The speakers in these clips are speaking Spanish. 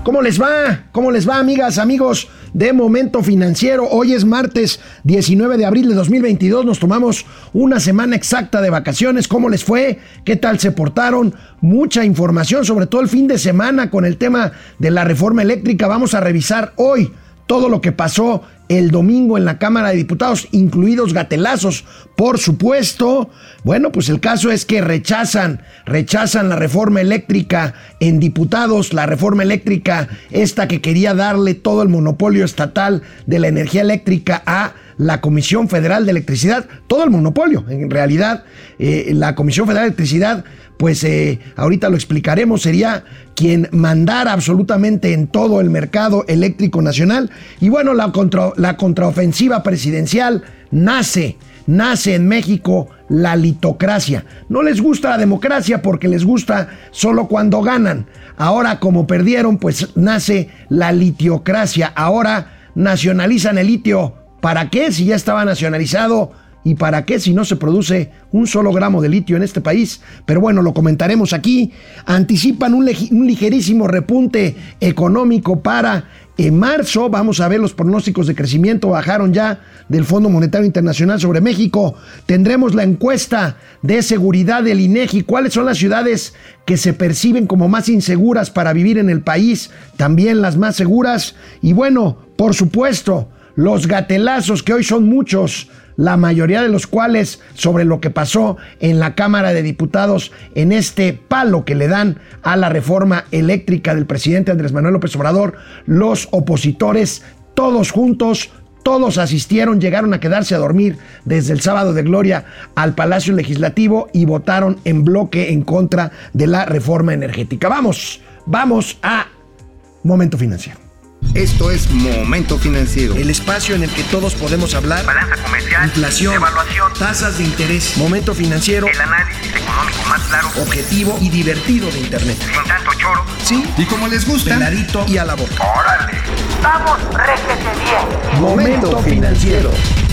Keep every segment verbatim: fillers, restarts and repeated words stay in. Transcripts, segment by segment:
¿Cómo les va? ¿Cómo les va, amigas, amigos de Momento Financiero? Hoy es martes diecinueve de abril de dos mil veintidós. Nos tomamos una semana exacta de vacaciones. ¿Cómo les fue? ¿Qué tal se portaron? Mucha información, sobre todo el fin de semana con el tema de la reforma eléctrica. Vamos a revisar hoy todo lo que pasó el domingo en la Cámara de Diputados, incluidos gatelazos, por supuesto. Bueno, pues el caso es que rechazan, rechazan la reforma eléctrica en diputados, la reforma eléctrica esta que quería darle todo el monopolio estatal de la energía eléctrica a la Comisión Federal de Electricidad, todo el monopolio. En realidad, eh, la Comisión Federal de Electricidad, pues eh, ahorita lo explicaremos, sería quien mandara absolutamente en todo el mercado eléctrico nacional. Y bueno, la, contra, la contraofensiva presidencial nace, nace en México la litocracia. No les gusta la democracia porque les gusta solo cuando ganan. Ahora, como perdieron, pues nace la litiocracia. Ahora nacionalizan el litio. ¿Para qué? Si ya estaba nacionalizado. ¿Y para qué si no se produce un solo gramo de litio en este país? Pero bueno, lo comentaremos aquí. Anticipan un, un ligerísimo repunte económico para en marzo. Vamos a ver los pronósticos de crecimiento. Bajaron ya del Fondo Monetario Internacional sobre México. Tendremos la encuesta de seguridad del INEGI. ¿Cuáles son las ciudades que se perciben como más inseguras para vivir en el país? También las más seguras. Y bueno, por supuesto, los gatelazos, que hoy son muchos, la mayoría de los cuales sobre lo que pasó en la Cámara de Diputados en este palo que le dan a la reforma eléctrica del presidente Andrés Manuel López Obrador. Los opositores, todos juntos, todos asistieron, llegaron a quedarse a dormir desde el sábado de gloria al Palacio Legislativo y votaron en bloque en contra de la reforma energética. Vamos, vamos a Momento Financiero. Esto es Momento Financiero. El espacio en el que todos podemos hablar. Balanza comercial, inflación, evaluación, tasas de interés. Momento Financiero. El análisis económico más claro, objetivo y divertido de Internet. sin tanto choro. Sí. Y como les gusta, Peladito y a la boca. ¡Órale! ¡Vamos, réjete bien! Momento Financiero.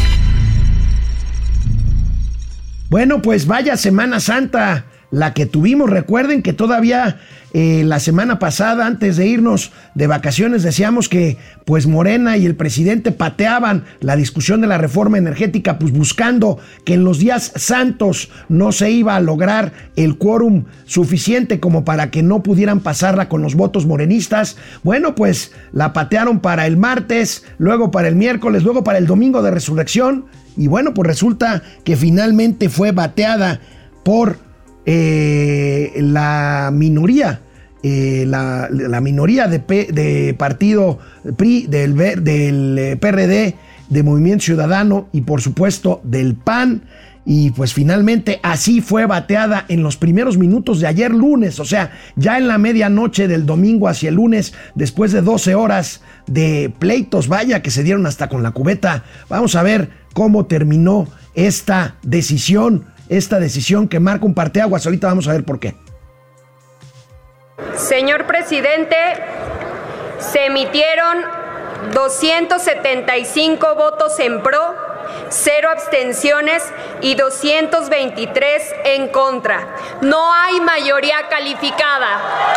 Bueno, pues vaya Semana Santa la que tuvimos. Recuerden que todavía eh, la semana pasada, antes de irnos de vacaciones, decíamos que pues Morena y el presidente pateaban la discusión de la reforma energética, pues buscando que en los días santos no se iba a lograr el quórum suficiente como para que no pudieran pasarla con los votos morenistas. Bueno, pues la patearon para el martes, luego para el miércoles, luego para el domingo de resurrección. Y bueno, pues resulta que finalmente fue bateada por Eh, la minoría, eh, la, la minoría de, P, de partido P R I, del, del P R D, de Movimiento Ciudadano y por supuesto del P A N. Y pues finalmente así fue bateada en los primeros minutos de ayer lunes, o sea, ya en la medianoche del domingo hacia el lunes, después de doce horas de pleitos, vaya, que se dieron hasta con la cubeta. Vamos a ver cómo terminó esta decisión. Esta decisión que marca un parteaguas. Ahorita vamos a ver por qué. Señor presidente, se emitieron doscientos setenta y cinco votos en pro, cero abstenciones y doscientos veintitrés en contra. No hay mayoría calificada.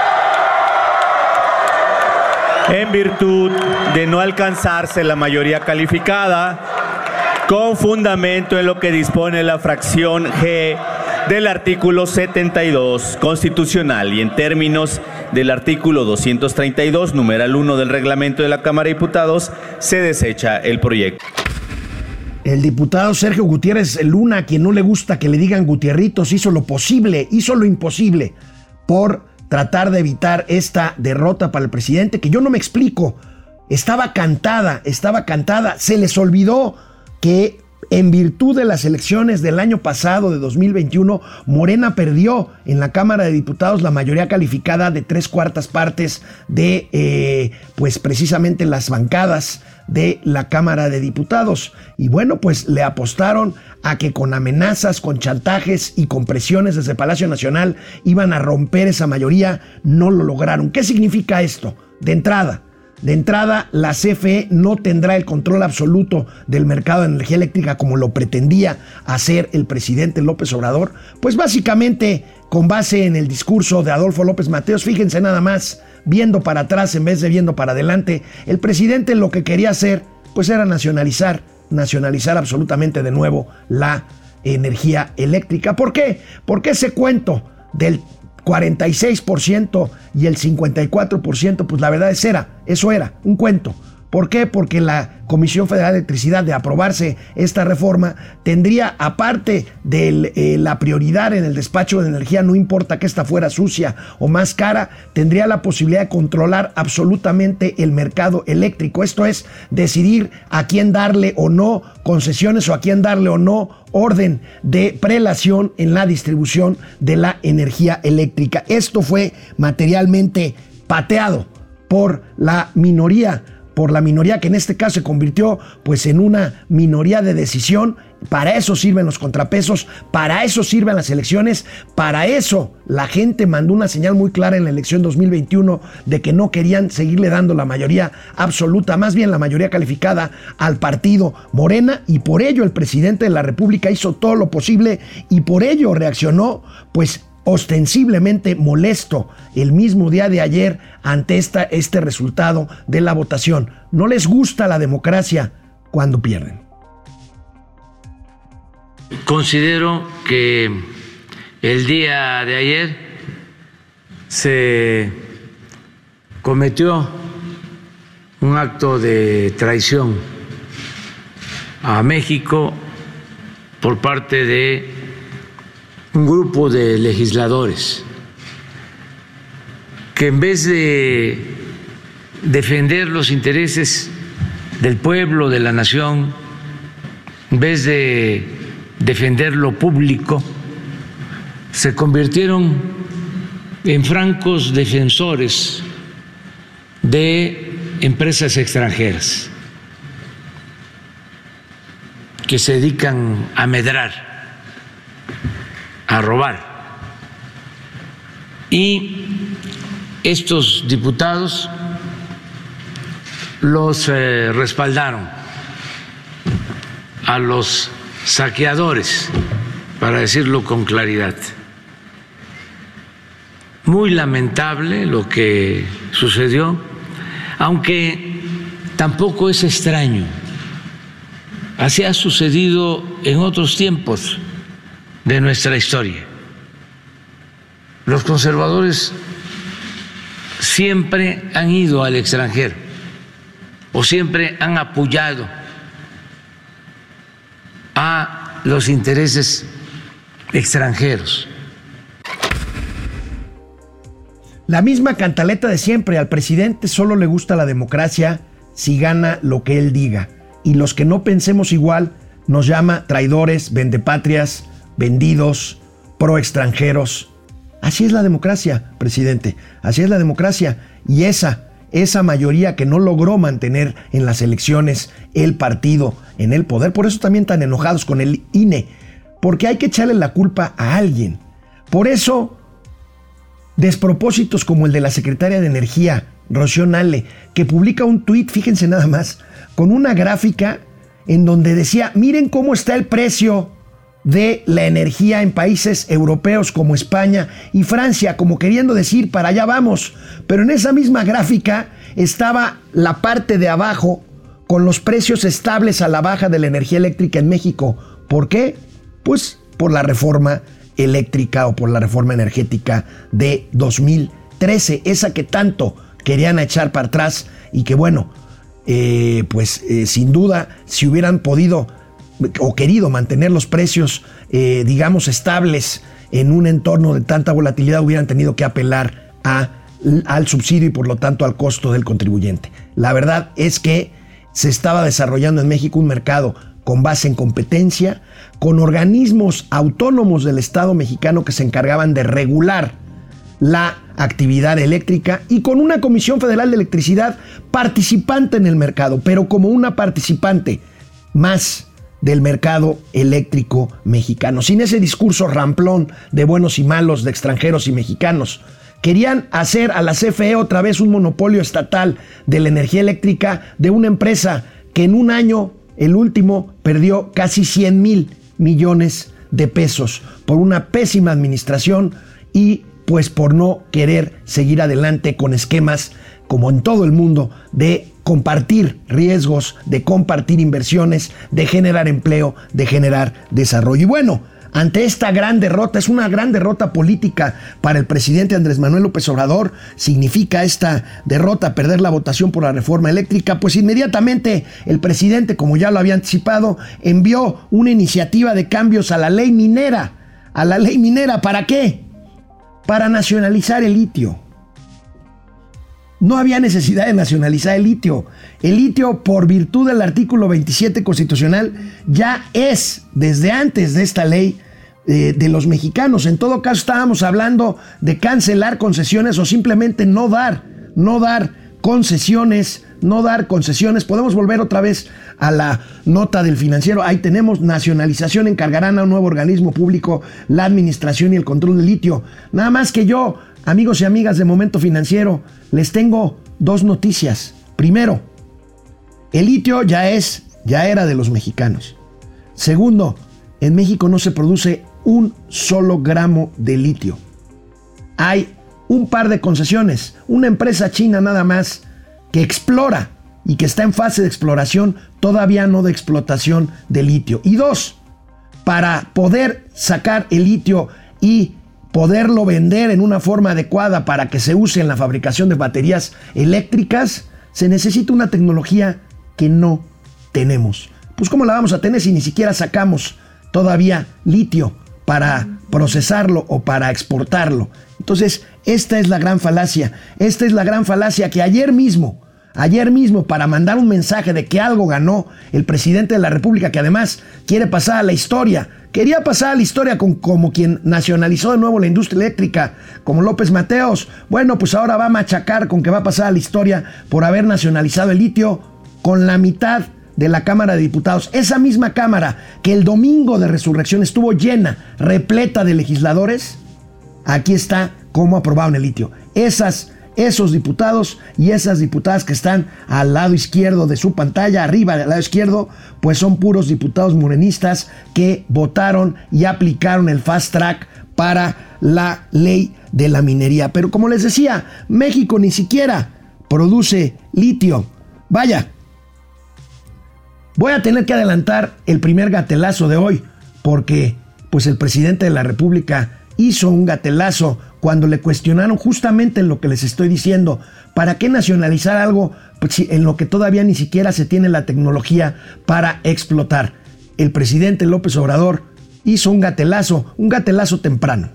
En virtud de no alcanzarse la mayoría calificada, con fundamento en lo que dispone la fracción G del artículo setenta y dos constitucional y en términos del artículo doscientos treinta y dos, numeral uno del reglamento de la Cámara de Diputados, se desecha el proyecto. El diputado Sergio Gutiérrez Luna, a quien no le gusta que le digan Gutierritos, hizo lo posible, hizo lo imposible por tratar de evitar esta derrota para el presidente, que yo no me explico. Estaba cantada, estaba cantada, se les olvidó que en virtud de las elecciones del año pasado, de dos mil veintiuno, Morena perdió en la Cámara de Diputados la mayoría calificada de tres cuartas partes de, eh, pues precisamente las bancadas de la Cámara de Diputados. Y bueno, pues le apostaron a que con amenazas, con chantajes y con presiones desde Palacio Nacional iban a romper esa mayoría. No lo lograron. ¿Qué significa esto? De entrada, De entrada, la C F E no tendrá el control absoluto del mercado de energía eléctrica como lo pretendía hacer el presidente López Obrador. Pues básicamente, con base en el discurso de Adolfo López Mateos, fíjense nada más, viendo para atrás en vez de viendo para adelante. El presidente lo que quería hacer pues era nacionalizar, nacionalizar absolutamente de nuevo la energía eléctrica. ¿Por qué? Porque ese cuento del cuarenta y seis por ciento y el cincuenta y cuatro por ciento, pues la verdad es era, eso era un cuento. ¿Por qué? Porque la Comisión Federal de Electricidad, de aprobarse esta reforma, tendría, aparte de eh, la prioridad en el despacho de energía, no importa que esta fuera sucia o más cara, tendría la posibilidad de controlar absolutamente el mercado eléctrico. Esto es, decidir a quién darle o no concesiones o a quién darle o no orden de prelación en la distribución de la energía eléctrica. Esto fue materialmente pateado por la minoría por la minoría que en este caso se convirtió pues en una minoría de decisión. Para eso sirven los contrapesos, para eso sirven las elecciones, para eso la gente mandó una señal muy clara en la elección dos mil veintiuno de que no querían seguirle dando la mayoría absoluta, más bien la mayoría calificada al partido Morena, y por ello el presidente de la República hizo todo lo posible y por ello reaccionó pues ostensiblemente molesto el mismo día de ayer ante esta, este resultado de la votación. No les gusta la democracia cuando pierden. Considero que el día de ayer se cometió un acto de traición a México por parte de un grupo de legisladores que en vez de defender los intereses del pueblo, de la nación, en vez de defender lo público, se convirtieron en francos defensores de empresas extranjeras que se dedican a medrar, a robar. Y estos diputados los eh, respaldaron a los saqueadores, para decirlo con claridad. Muy lamentable lo que sucedió, aunque tampoco es extraño. Así ha sucedido en otros tiempos de nuestra historia. Los conservadores siempre han ido al extranjero o siempre han apoyado a los intereses extranjeros. La misma cantaleta de siempre. Al presidente solo le gusta la democracia si gana lo que él diga. Y los que no pensemos igual nos llama traidores, vendepatrias, vendidos, pro extranjeros. Así es la democracia, presidente. Así es la democracia. Y esa, esa mayoría que no logró mantener en las elecciones el partido en el poder. Por eso también tan enojados con el I N E. Porque hay que echarle la culpa a alguien. Por eso, despropósitos como el de la secretaria de Energía, Rocío Nale, que publica un tuit, fíjense nada más, con una gráfica en donde decía, miren cómo está el precio de la energía en países europeos como España y Francia, como queriendo decir, para allá vamos. Pero en esa misma gráfica estaba la parte de abajo con los precios estables a la baja de la energía eléctrica en México. ¿Por qué? Pues por la reforma eléctrica o por la reforma energética de dos mil trece, esa que tanto querían echar para atrás y que bueno, eh, pues eh, sin duda, si hubieran podido o querido mantener los precios, eh, digamos, estables en un entorno de tanta volatilidad, hubieran tenido que apelar a, al subsidio y por lo tanto al costo del contribuyente. La verdad es que se estaba desarrollando en México un mercado con base en competencia, con organismos autónomos del Estado mexicano que se encargaban de regular la actividad eléctrica y con una Comisión Federal de Electricidad participante en el mercado, pero como una participante más del mercado eléctrico mexicano, sin ese discurso ramplón de buenos y malos, de extranjeros y mexicanos. Querían hacer a la C F E otra vez un monopolio estatal de la energía eléctrica de una empresa que en un año, el último, perdió casi cien mil millones de pesos por una pésima administración y pues por no querer seguir adelante con esquemas como en todo el mundo de compartir riesgos, de compartir inversiones, de generar empleo, de generar desarrollo. Y bueno, ante esta gran derrota, es una gran derrota política para el presidente Andrés Manuel López Obrador, significa esta derrota perder la votación por la reforma eléctrica, pues inmediatamente el presidente, como ya lo había anticipado, envió una iniciativa de cambios a la ley minera. ¿A la ley minera para qué? Para nacionalizar el litio. No había necesidad de nacionalizar el litio. El litio, por virtud del artículo veintisiete constitucional, ya es, desde antes de esta ley, eh, de los mexicanos. En todo caso, estábamos hablando de cancelar concesiones o simplemente no dar, no dar concesiones, no dar concesiones. Podemos volver otra vez a la nota del Financiero. Ahí tenemos: nacionalización, encargarán a un nuevo organismo público la administración y el control del litio. Nada más que yo, amigos y amigas de Momento Financiero, les tengo dos noticias. Primero, el litio ya es, ya era de los mexicanos. Segundo, en México no se produce un solo gramo de litio. Hay un par de concesiones, una empresa china nada más que explora y que está en fase de exploración, todavía no de explotación de litio. Y dos, para poder sacar el litio y poderlo vender en una forma adecuada para que se use en la fabricación de baterías eléctricas, se necesita una tecnología que no tenemos. Pues ¿cómo la vamos a tener si ni siquiera sacamos todavía litio para procesarlo o para exportarlo? Entonces, esta es la gran falacia. Esta es la gran falacia que ayer mismo, ayer mismo, para mandar un mensaje de que algo ganó el presidente de la República, que además quiere pasar a la historia, quería pasar a la historia con, como quien nacionalizó de nuevo la industria eléctrica, como López Mateos. Bueno, pues ahora va a machacar con que va a pasar a la historia por haber nacionalizado el litio con la mitad de la Cámara de Diputados. Esa misma Cámara que el domingo de Resurrección estuvo llena, repleta de legisladores, aquí está cómo aprobaron el litio. Esas, esos diputados y esas diputadas que están al lado izquierdo de su pantalla, arriba del lado izquierdo, pues son puros diputados morenistas que votaron y aplicaron el fast track para la ley de la minería. Pero como les decía, México ni siquiera produce litio. Vaya, voy a tener que adelantar el primer gatelazo de hoy, porque pues el presidente de la República hizo un gatelazo cuando le cuestionaron justamente en lo que les estoy diciendo. ¿Para qué nacionalizar algo en lo que todavía ni siquiera se tiene la tecnología para explotar? El presidente López Obrador hizo un gatelazo, un gatelazo temprano.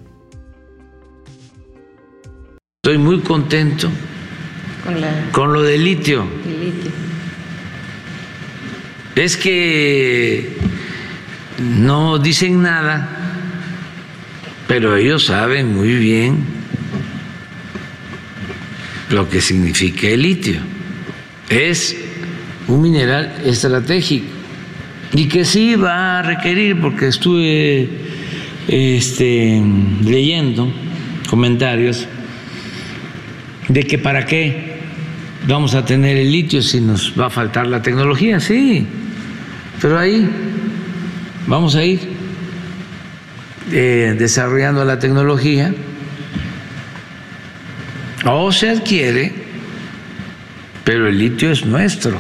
Estoy muy contento con, la... con lo del litio. El litio. Es que no dicen nada, pero ellos saben muy bien lo que significa el litio. Es un mineral estratégico y que sí va a requerir, porque estuve este, leyendo comentarios de que para qué vamos a tener el litio si nos va a faltar la tecnología. Sí, pero ahí vamos a ir eh, desarrollando la tecnología, o se adquiere, pero el litio es nuestro.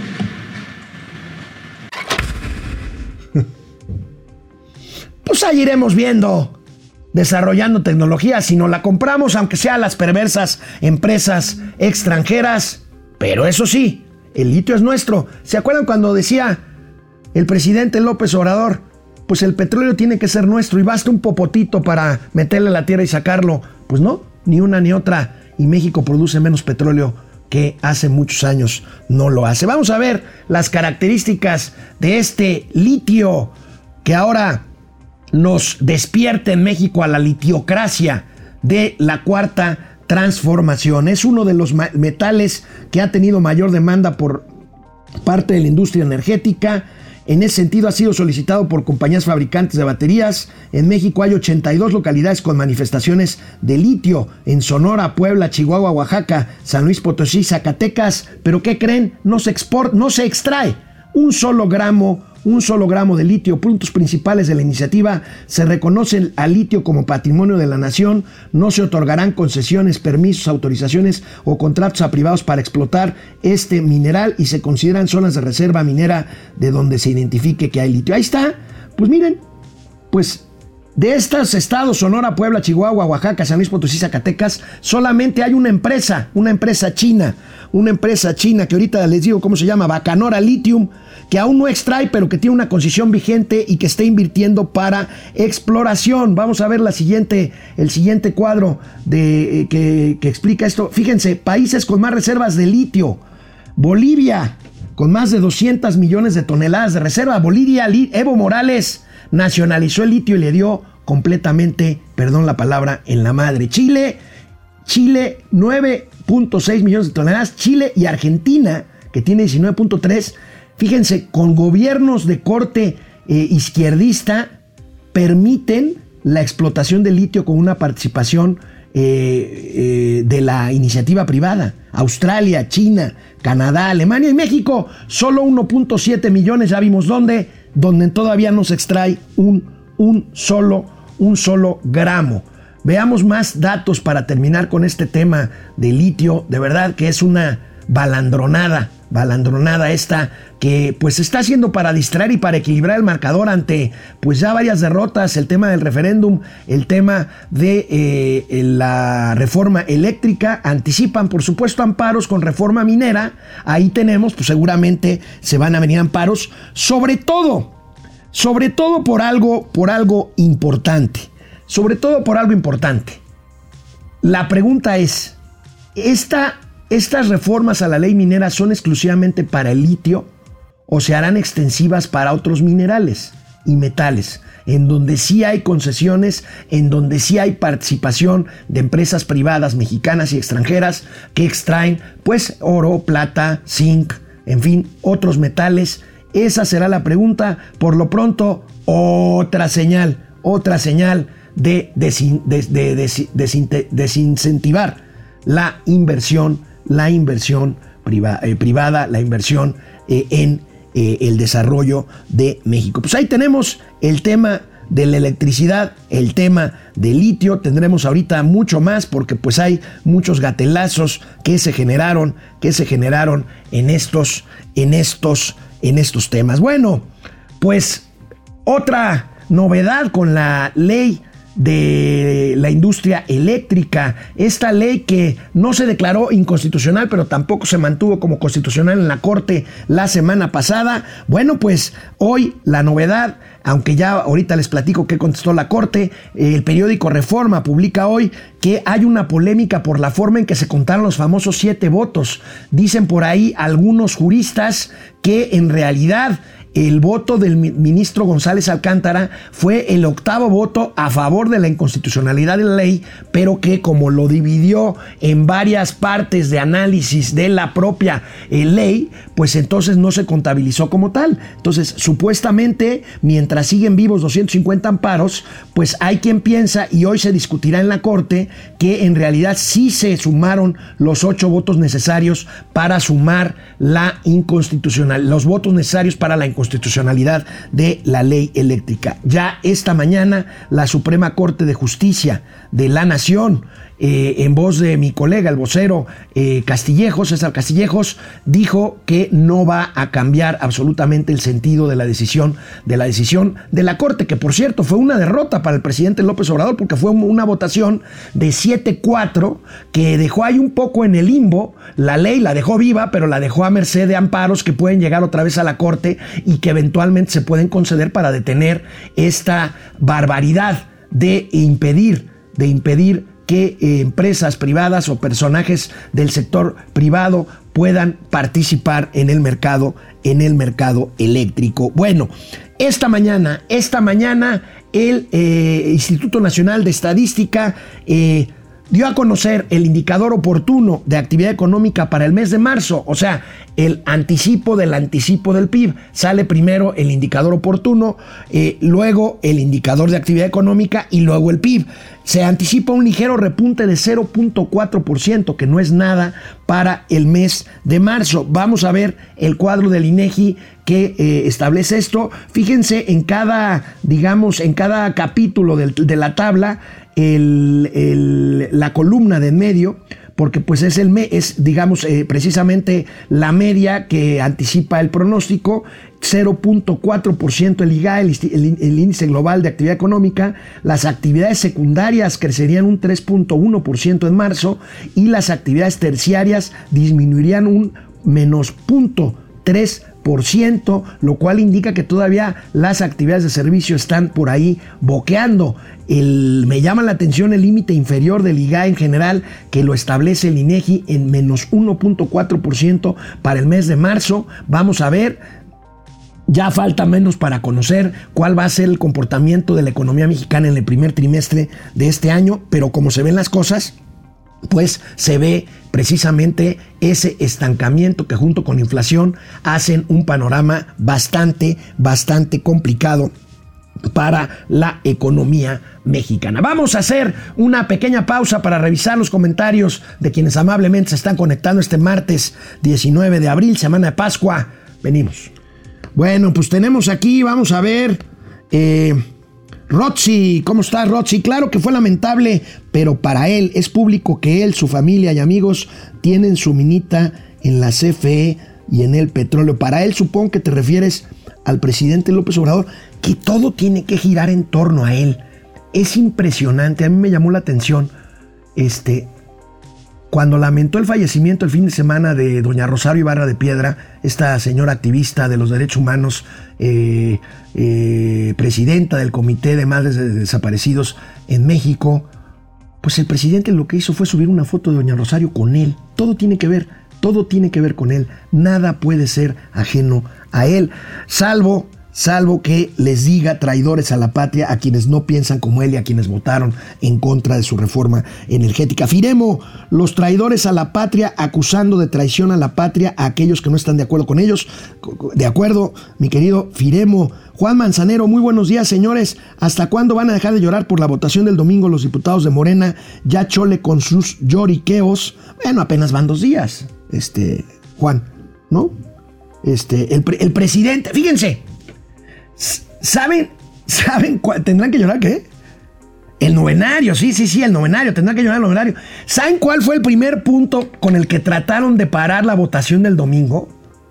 Pues ahí iremos viendo, desarrollando tecnología, si no la compramos, aunque sea las perversas empresas extranjeras. Pero eso sí, el litio es nuestro. ¿Se acuerdan cuando decía el presidente López Obrador? Pues el petróleo tiene que ser nuestro y basta un popotito para meterle a la tierra y sacarlo. Pues no, ni una ni otra. Y México produce menos petróleo que hace muchos años no lo hace. Vamos a ver las características de este litio que ahora nos despierta en México a la litiocracia de la cuarta transformación. Es uno de los metales que ha tenido mayor demanda por parte de la industria energética. En ese sentido, ha sido solicitado por compañías fabricantes de baterías. En México hay ochenta y dos localidades con manifestaciones de litio, en Sonora, Puebla, Chihuahua, Oaxaca, San Luis Potosí, Zacatecas. Pero ¿qué creen? No se exporta, no se extrae un solo gramo un solo gramo de litio. Puntos principales de la iniciativa: se reconoce al litio como patrimonio de la nación, no se otorgarán concesiones, permisos, autorizaciones o contratos a privados para explotar este mineral y se consideran zonas de reserva minera de donde se identifique que hay litio. Ahí está, pues miren, pues de estos estados, Sonora, Puebla, Chihuahua, Oaxaca, San Luis Potosí, Zacatecas, solamente hay una empresa, una empresa china, una empresa china que ahorita les digo cómo se llama, Bacanora Lithium, que aún no extrae, pero que tiene una concesión vigente y que está invirtiendo para exploración. Vamos a ver la siguiente, el siguiente cuadro de, eh, que, que explica esto. Fíjense, países con más reservas de litio. Bolivia, con más de doscientos millones de toneladas de reserva. Bolivia, Evo Morales nacionalizó el litio y le dio completamente, perdón la palabra, en la madre. Chile, Chile, nueve punto seis millones de toneladas. Chile y Argentina, que tiene diecinueve punto tres. Fíjense, con gobiernos de corte eh, izquierdista, permiten la explotación del litio con una participación eh, eh, de la iniciativa privada. Australia, China, Canadá, Alemania y México, solo uno punto siete millones, ya vimos dónde, donde todavía no se extrae un, un, solo, un solo gramo. Veamos más datos para terminar con este tema de litio. De verdad que es una balandronada, balandronada esta que pues se está haciendo para distraer y para equilibrar el marcador ante pues ya varias derrotas, el tema del referéndum, el tema de eh, la reforma eléctrica. Anticipan por supuesto amparos con reforma minera. Ahí tenemos, pues seguramente se van a venir amparos, sobre todo, sobre todo por algo, por algo importante, sobre todo por algo importante. La pregunta es, ¿esta ¿estas reformas a la ley minera son exclusivamente para el litio o se harán extensivas para otros minerales y metales, en donde sí hay concesiones, en donde sí hay participación de empresas privadas mexicanas y extranjeras que extraen pues oro, plata, zinc, en fin, otros metales? Esa será la pregunta. Por lo pronto, otra señal, otra señal de, desin, de, de, de, de desincentivar la inversión la inversión priva, eh, privada, la inversión eh, en eh, el desarrollo de México. Pues ahí tenemos el tema de la electricidad, el tema del litio. Tendremos ahorita mucho más porque pues hay muchos gatelazos que se generaron, que se generaron en estos, en estos, en estos temas. Bueno, pues otra novedad con la ley de la industria eléctrica, esta ley que no se declaró inconstitucional, pero tampoco se mantuvo como constitucional en la Corte la semana pasada. Bueno, pues hoy la novedad, aunque ya ahorita les platico qué contestó la Corte, el periódico Reforma publica hoy que hay una polémica por la forma en que se contaron los famosos siete votos. Dicen por ahí algunos juristas que en realidad el voto del ministro González Alcántara fue el octavo voto a favor de la inconstitucionalidad de la ley, pero que como lo dividió en varias partes de análisis de la propia eh, ley, pues entonces no se contabilizó como tal. Entonces, supuestamente, mientras siguen vivos doscientos cincuenta amparos, pues hay quien piensa, y hoy se discutirá en la Corte, que en realidad sí se sumaron los ocho votos necesarios para sumar la inconstitucional, los votos necesarios para la inconstitucionalidad constitucionalidad de la ley eléctrica. Ya esta mañana la Suprema Corte de Justicia de la Nación, eh, en voz de mi colega, el vocero eh, Castillejos, César Castillejos, dijo que no va a cambiar absolutamente el sentido de la decisión de la decisión de la Corte, que por cierto fue una derrota para el presidente López Obrador, porque fue una votación de siete cuatro que dejó ahí un poco en el limbo la ley, la dejó viva, pero la dejó a merced de amparos que pueden llegar otra vez a la Corte y que eventualmente se pueden conceder para detener esta barbaridad de impedir, de impedir que eh, empresas privadas o personajes del sector privado puedan participar en el mercado, en el mercado eléctrico. Bueno, esta mañana, esta mañana el eh, Instituto Nacional de Estadística eh, dio a conocer el indicador oportuno de actividad económica para el mes de marzo, o sea, el anticipo del anticipo del P I B. Sale primero el indicador oportuno, eh, luego el indicador de actividad económica y luego el P I B. Se anticipa un ligero repunte de cero punto cuatro por ciento, que no es nada para el mes de marzo. Vamos a ver el cuadro del INEGI que eh, establece esto. Fíjense en cada, digamos, en cada capítulo del, de la tabla, el, el, la columna de en medio, porque pues es, el me, es digamos, eh, precisamente la media que anticipa el pronóstico. Cero punto cuatro por ciento el I G A, el, el, el índice global de actividad económica. Las actividades secundarias crecerían un tres punto uno por ciento en marzo y las actividades terciarias disminuirían un menos cero punto tres por ciento, lo cual indica que todavía las actividades de servicio están por ahí boqueando. El, me llama la atención el límite inferior del I G A en general, que lo establece el INEGI en menos uno punto cuatro por ciento para el mes de marzo. Vamos a ver. Ya falta menos para conocer cuál va a ser el comportamiento de la economía mexicana en el primer trimestre de este año, pero como se ven las cosas, pues se ve precisamente ese estancamiento que junto con inflación hacen un panorama bastante, bastante complicado para la economía mexicana. Vamos a hacer una pequeña pausa para revisar los comentarios de quienes amablemente se están conectando este martes diecinueve de abril, semana de Pascua. Venimos. Bueno, pues tenemos aquí, vamos a ver, eh, Roxy, ¿cómo estás, Roxy? Claro que fue lamentable, pero para él es público que él, su familia y amigos tienen su minita en la C F E y en el petróleo. Para él, supongo que te refieres al presidente López Obrador, que todo tiene que girar en torno a él. Es impresionante, a mí me llamó la atención, este... cuando lamentó el fallecimiento el fin de semana de doña Rosario Ibarra de Piedra, esta señora activista de los derechos humanos, eh, eh, presidenta del Comité de Madres de Desaparecidos en México, pues el presidente lo que hizo fue subir una foto de doña Rosario con él. Todo tiene que ver, todo tiene que ver con él. Nada puede ser ajeno a él, salvo... salvo que les diga traidores a la patria a quienes no piensan como él y a quienes votaron en contra de su reforma energética. Firemo, los traidores a la patria acusando de traición a la patria a aquellos que no están de acuerdo con ellos. De acuerdo, mi querido Firemo. Juan Manzanero, muy buenos días, señores. ¿Hasta cuándo van a dejar de llorar por la votación del domingo los diputados de Morena? Ya chole con sus lloriqueos. Bueno, apenas van dos días, este, Juan, ¿no? Este, el, el presidente, fíjense, ¿Saben? ¿Saben cuál? ¿Tendrán que llorar qué? El novenario, sí, sí, sí, el novenario. Tendrán que llorar el novenario. ¿Saben cuál fue el primer punto con el que trataron de parar la votación del domingo?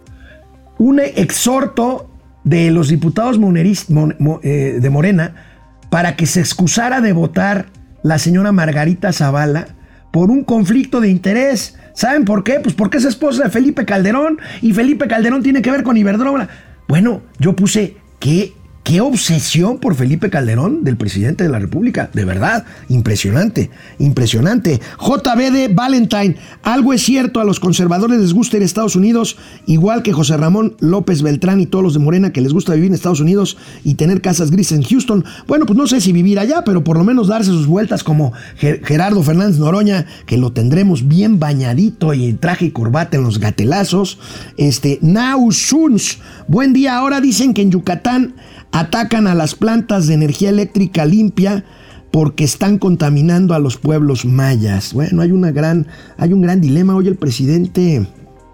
Un exhorto de los diputados moneris, mon, mo, eh, de Morena para que se excusara de votar la señora Margarita Zavala por un conflicto de interés. ¿Saben por qué? Pues porque es esposa de Felipe Calderón y Felipe Calderón tiene que ver con Iberdrola. Bueno, yo puse... ¿Qué, qué obsesión por Felipe Calderón del presidente de la República? De verdad, impresionante, impresionante. J B de Valentine, algo es cierto, a los conservadores les gusta ir a Estados Unidos, igual que José Ramón López Beltrán y todos los de Morena que les gusta vivir en Estados Unidos y tener casas grises en Houston. Bueno, pues no sé si vivir allá, pero por lo menos darse sus vueltas como Gerardo Fernández Noroña, que lo tendremos bien bañadito y en traje y corbata en los gatelazos. Este, Now Suns, buen día. Ahora dicen que en Yucatán atacan a las plantas de energía eléctrica limpia porque están contaminando a los pueblos mayas. Bueno, hay una gran, hay un gran dilema. Hoy el presidente,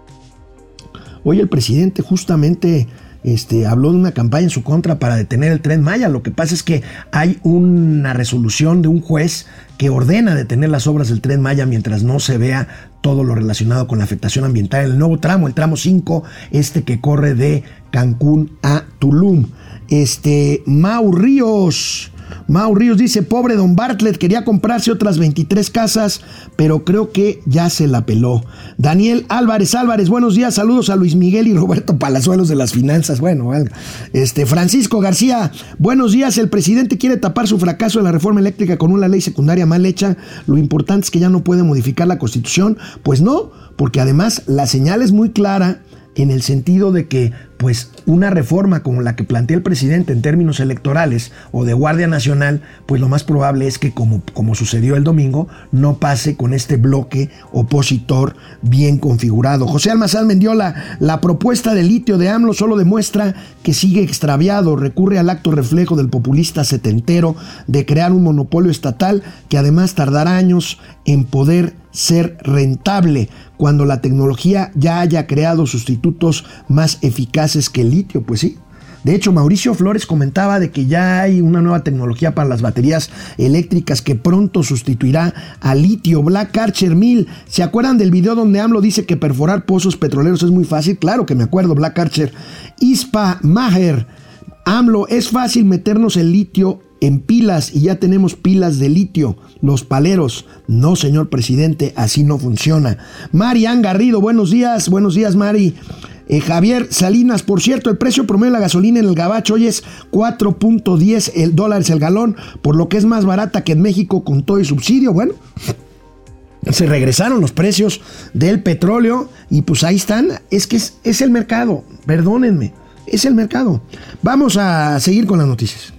hoy el presidente justamente este, habló de una campaña en su contra para detener el Tren Maya. Lo que pasa es que hay una resolución de un juez que ordena detener las obras del Tren Maya mientras no se vea todo lo relacionado con la afectación ambiental en el nuevo tramo, el tramo cinco, este que corre de Cancún a Tulum. Este, Mau Ríos, Mau Ríos dice, pobre don Bartlett, quería comprarse otras veintitrés casas, pero creo que ya se la peló. Daniel Álvarez Álvarez, buenos días, saludos a Luis Miguel y Roberto Palazuelos de las finanzas. Bueno, este, Francisco García, buenos días, el presidente quiere tapar su fracaso de la reforma eléctrica con una ley secundaria mal hecha. Lo importante es que ya no puede modificar la Constitución. Pues no, porque además la señal es muy clara en el sentido de que pues una reforma como la que plantea el presidente en términos electorales o de Guardia Nacional, pues lo más probable es que como, como sucedió el domingo, no pase con este bloque opositor bien configurado. José Almazán Mendiola, la propuesta de litio de AMLO solo demuestra que sigue extraviado, recurre al acto reflejo del populista setentero de crear un monopolio estatal que además tardará años en poder ser rentable cuando la tecnología ya haya creado sustitutos más eficaces que el litio. Pues sí. De hecho, Mauricio Flores comentaba de que ya hay una nueva tecnología para las baterías eléctricas que pronto sustituirá al litio. Black Archer mil, ¿se acuerdan del video donde AMLO dice que perforar pozos petroleros es muy fácil? Claro que me acuerdo, Black Archer. Ispa Maher, AMLO, es fácil meternos el litio en pilas y ya tenemos pilas de litio, los paleros. No, señor presidente, así no funciona. Marian Garrido, buenos días, buenos días, Mari. Eh, Javier Salinas, por cierto, el precio promedio de la gasolina en el Gabacho hoy es cuatro punto diez el dólares el galón, por lo que es más barata que en México con todo el subsidio. Bueno, se regresaron los precios del petróleo y pues ahí están. Es que es, es el mercado, perdónenme, es el mercado. Vamos a seguir con las noticias.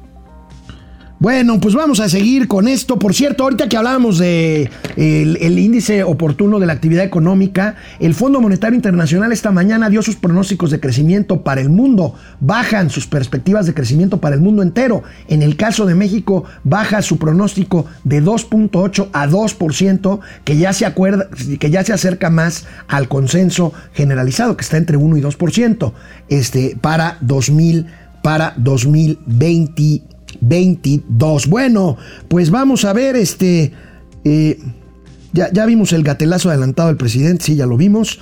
Bueno, pues vamos a seguir con esto. Por cierto, ahorita que hablábamos de el, el índice oportuno de la actividad económica, el Fondo Monetario Internacional esta mañana dio sus pronósticos de crecimiento para el mundo. Bajan sus perspectivas de crecimiento para el mundo entero. En el caso de México, baja su pronóstico de dos punto ocho a dos por ciento, que ya se acuerda, que ya se acerca más al consenso generalizado, que está entre uno y dos por ciento, este, para dos mil, para dos mil veinte. veintidós. Bueno, pues vamos a ver, este, eh, ya, ya vimos el gatelazo adelantado del presidente, sí, ya lo vimos.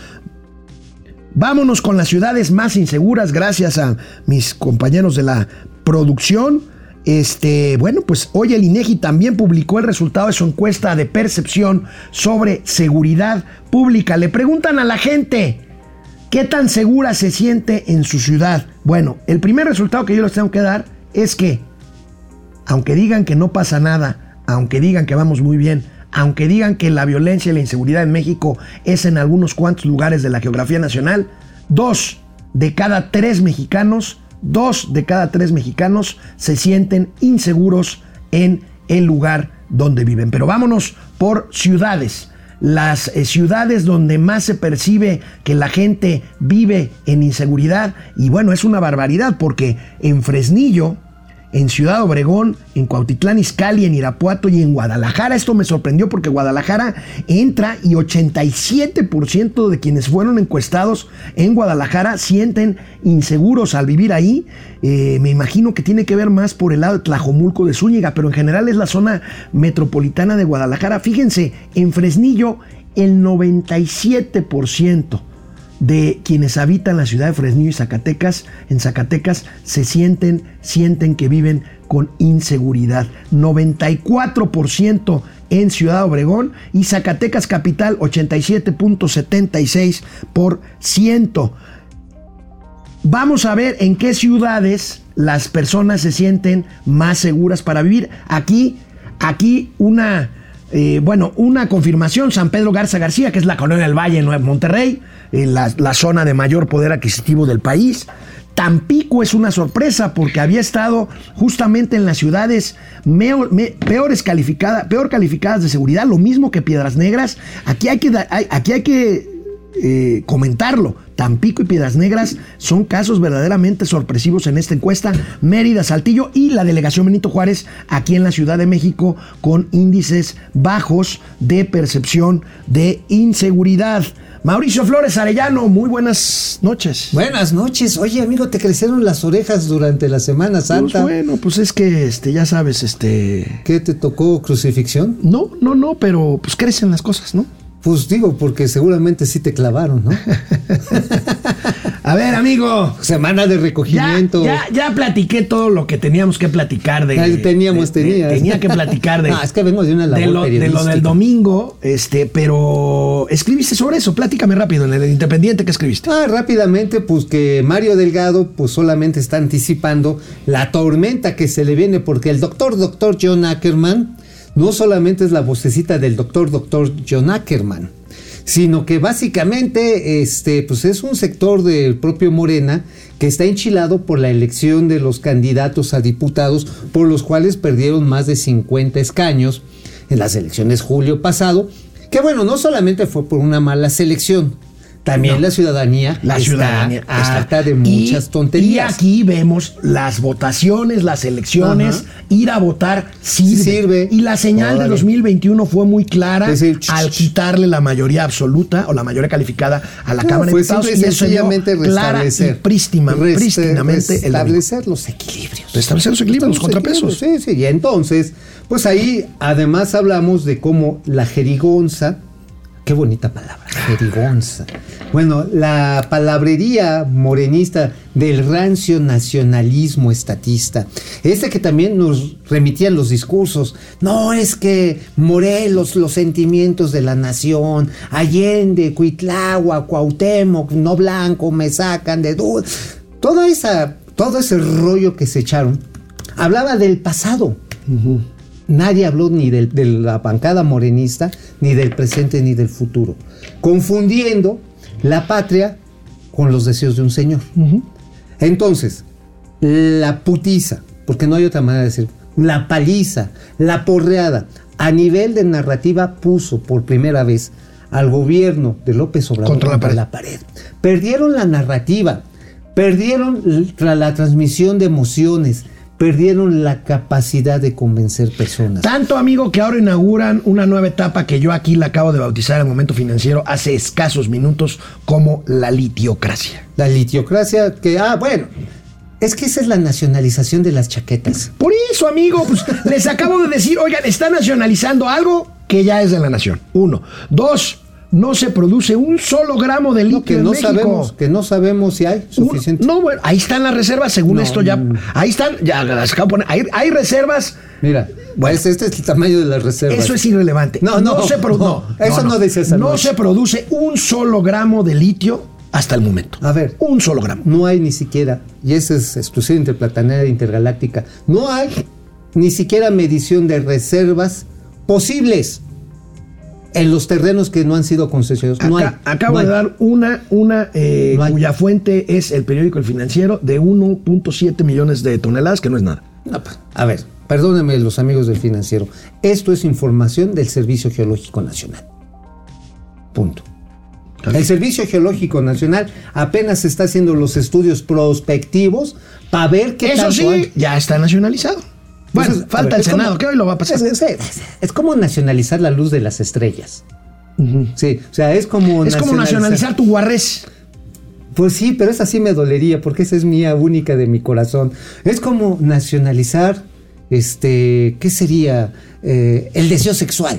Vámonos con las ciudades más inseguras, gracias a mis compañeros de la producción. Este, bueno, pues hoy el INEGI también publicó el resultado de su encuesta de percepción sobre seguridad pública. Le preguntan a la gente, ¿qué tan segura se siente en su ciudad? Bueno, el primer resultado que yo les tengo que dar es que aunque digan que no pasa nada, aunque digan que vamos muy bien, aunque digan que la violencia y la inseguridad en México es en algunos cuantos lugares de la geografía nacional, dos de cada tres mexicanos, dos de cada tres mexicanos se sienten inseguros en el lugar donde viven. Pero vámonos por ciudades. Las eh, ciudades donde más se percibe que la gente vive en inseguridad, y bueno, es una barbaridad porque en Fresnillo, en Ciudad Obregón, en Cuautitlán Izcalli, en Irapuato y en Guadalajara. Esto me sorprendió porque Guadalajara entra y ochenta y siete por ciento de quienes fueron encuestados en Guadalajara sienten inseguros al vivir ahí. Eh, me imagino que tiene que ver más por el lado de Tlajomulco de Zúñiga, pero en general es la zona metropolitana de Guadalajara. Fíjense, en Fresnillo el noventa y siete por ciento de quienes habitan la ciudad de Fresnillo y Zacatecas, en Zacatecas, se sienten, sienten que viven con inseguridad. noventa y cuatro por ciento en Ciudad Obregón y Zacatecas capital, ochenta y siete punto setenta y seis por ciento. Vamos a ver en qué ciudades las personas se sienten más seguras para vivir. Aquí, aquí una... Eh, bueno, una confirmación: San Pedro Garza García, que es la colonia del Valle en Nuevo Monterrey, eh, la, la zona de mayor poder adquisitivo del país. Tampico es una sorpresa porque había estado justamente en las ciudades meo, me, peores calificada, peor calificadas de seguridad, lo mismo que Piedras Negras. Aquí hay que, hay, aquí hay que eh, comentarlo. Tampico y Piedras Negras son casos verdaderamente sorpresivos en esta encuesta. Mérida, Saltillo y la delegación Benito Juárez aquí en la Ciudad de México con índices bajos de percepción de inseguridad. Mauricio Flores Arellano, muy buenas noches. Buenas noches. Oye, amigo, ¿te crecieron las orejas durante la Semana Santa? Pues bueno, pues es que este, ya sabes, este. ¿Qué te tocó, crucifixión? No, no, no, pero pues crecen las cosas, ¿no? Pues digo, porque seguramente sí te clavaron, ¿no? A ver, amigo. Semana de recogimiento. Ya, ya, ya platiqué todo lo que teníamos que platicar de. Ahí teníamos, de, tenías. De, tenía que platicar de. No, es que vengo de una labor de lo, periodística. De lo del domingo, este, pero escribiste sobre eso. Platícame rápido en el Independiente, ¿qué escribiste? Ah, rápidamente, pues que Mario Delgado, pues solamente está anticipando la tormenta que se le viene, porque el doctor, doctor John Ackerman, no solamente es la vocecita del doctor, doctor John Ackerman, sino que básicamente este, pues es un sector del propio Morena que está enchilado por la elección de los candidatos a diputados, por los cuales perdieron más de cincuenta escaños en las elecciones julio pasado, que bueno, no solamente fue por una mala selección, también no. la ciudadanía la está ciudadanía harta está. de muchas y, tonterías. Y aquí vemos las votaciones, las elecciones, Ajá. ir a votar sirve. sirve. Y la señal Órale. de dos mil veintiuno fue muy clara es decir, al quitarle la mayoría absoluta o la mayoría calificada a la no, Cámara de Diputados. Y sencillamente clara y prístima, rest, prístinamente restablecer los equilibrios. Restablecer los equilibrios, los, los contrapesos. Sí, sí. Y entonces, pues ahí además hablamos de cómo la jerigonza. Qué bonita palabra, jerigonza. Bueno, la palabrería morenista del rancio nacionalismo estatista, este que también nos remitían los discursos. No, es que Morelos, los sentimientos de la nación, Allende, Cuitláhuac, Cuauhtémoc, no blanco, me sacan de duda. Toda esa, todo ese rollo que se echaron, hablaba del pasado. Uh-huh. Nadie habló ni de, de la bancada morenista, ni del presente, ni del futuro, confundiendo la patria con los deseos de un señor. Uh-huh. Entonces, la putiza, porque no hay otra manera de decir, la paliza, la porreada, a nivel de narrativa puso por primera vez al gobierno de López Obrador contra la pared. la pared. Perdieron la narrativa, perdieron la, la transmisión de emociones, perdieron la capacidad de convencer personas. Tanto, amigo, que ahora inauguran una nueva etapa que yo aquí la acabo de bautizar en el Momento Financiero hace escasos minutos como la litiocracia. La litiocracia que, ah, bueno, es que esa es la nacionalización de las chaquetas. Por eso, amigo, pues les acabo de decir, oigan, está nacionalizando algo que ya es de la nación. Uno. Dos, no se produce un solo gramo de litio no, que en no México. Sabemos, que no sabemos si hay suficiente. Un, no, bueno, ahí están las reservas, según no, esto ya. Ahí están, ya las acabo de poner. Hay, hay reservas. Mira, bueno, este es el tamaño de las reservas. Eso es irrelevante. No, no, no se produ- no, no, eso no, no dice esa No noche. se produce un solo gramo de litio hasta el momento. A ver, un solo gramo. No hay ni siquiera, y esa es exclusiva interplatanera intergaláctica, no hay ni siquiera medición de reservas posibles en los terrenos que no han sido concesionados. No Acá, hay. Acabo no de hay. dar una, una eh, no cuya fuente es el periódico El Financiero, de uno punto siete millones de toneladas, que no es nada. No, a ver, perdónenme los amigos del Financiero. Esto es información del Servicio Geológico Nacional. Punto. El Servicio Geológico Nacional apenas está haciendo los estudios prospectivos para ver qué Eso tanto sí, hay. ya está nacionalizado. Bueno, Entonces, falta ver, el Senado, como, que hoy lo va a pasar. Es, es, es, es como nacionalizar la luz de las estrellas. Uh-huh. Sí, o sea, es como Es nacionalizar, como nacionalizar tu Guarres. Pues sí, pero esa sí me dolería, porque esa es mía única de mi corazón. Es como nacionalizar, este, ¿qué sería? Eh, el deseo sexual.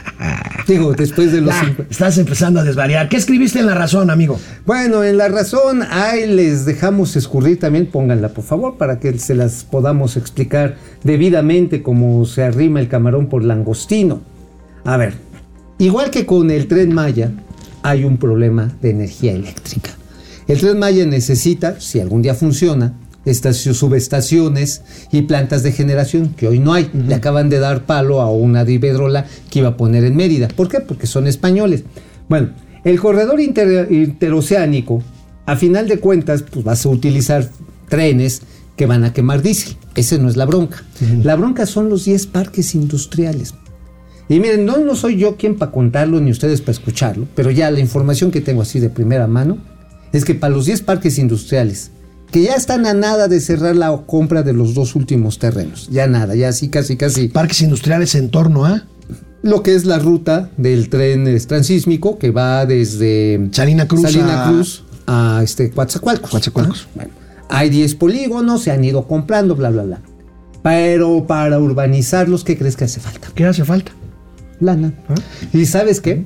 Digo, después de los ya, cinco. Estás empezando a desvariar. ¿Qué escribiste en La Razón, amigo? Bueno, en La Razón, ahí les dejamos escurrir también, pónganla por favor, para que se las podamos explicar debidamente como se arrima el camarón por langostino. A ver, igual que con el Tren Maya, hay un problema de energía eléctrica. El Tren Maya necesita, si algún día funciona, estas subestaciones y plantas de generación que hoy no hay. Uh-huh. Le acaban de dar palo a una de Iberdrola que iba a poner en Mérida. ¿Por qué? Porque son españoles. Bueno, el corredor inter- interoceánico, a final de cuentas, pues vas a utilizar trenes que van a quemar diésel. Esa no es la bronca. Uh-huh. La bronca son los diez parques industriales. Y miren, no, no soy yo quien para contarlo ni ustedes para escucharlo, pero ya la información que tengo así de primera mano es que para los diez parques industriales que ya están a nada de cerrar la compra de los dos últimos terrenos. Ya nada, ya así casi casi. Parques industriales en torno a lo que es la ruta del tren transísmico que va desde Salina Cruz, Salina a... Cruz a este Coatzacoalcos. Coatzacoalcos. ¿Ah? Bueno, hay diez polígonos, se han ido comprando, bla, bla, bla. Pero para urbanizarlos, ¿qué crees que hace falta? ¿Qué hace falta? Lana. ¿Ah? ¿Y sabes qué?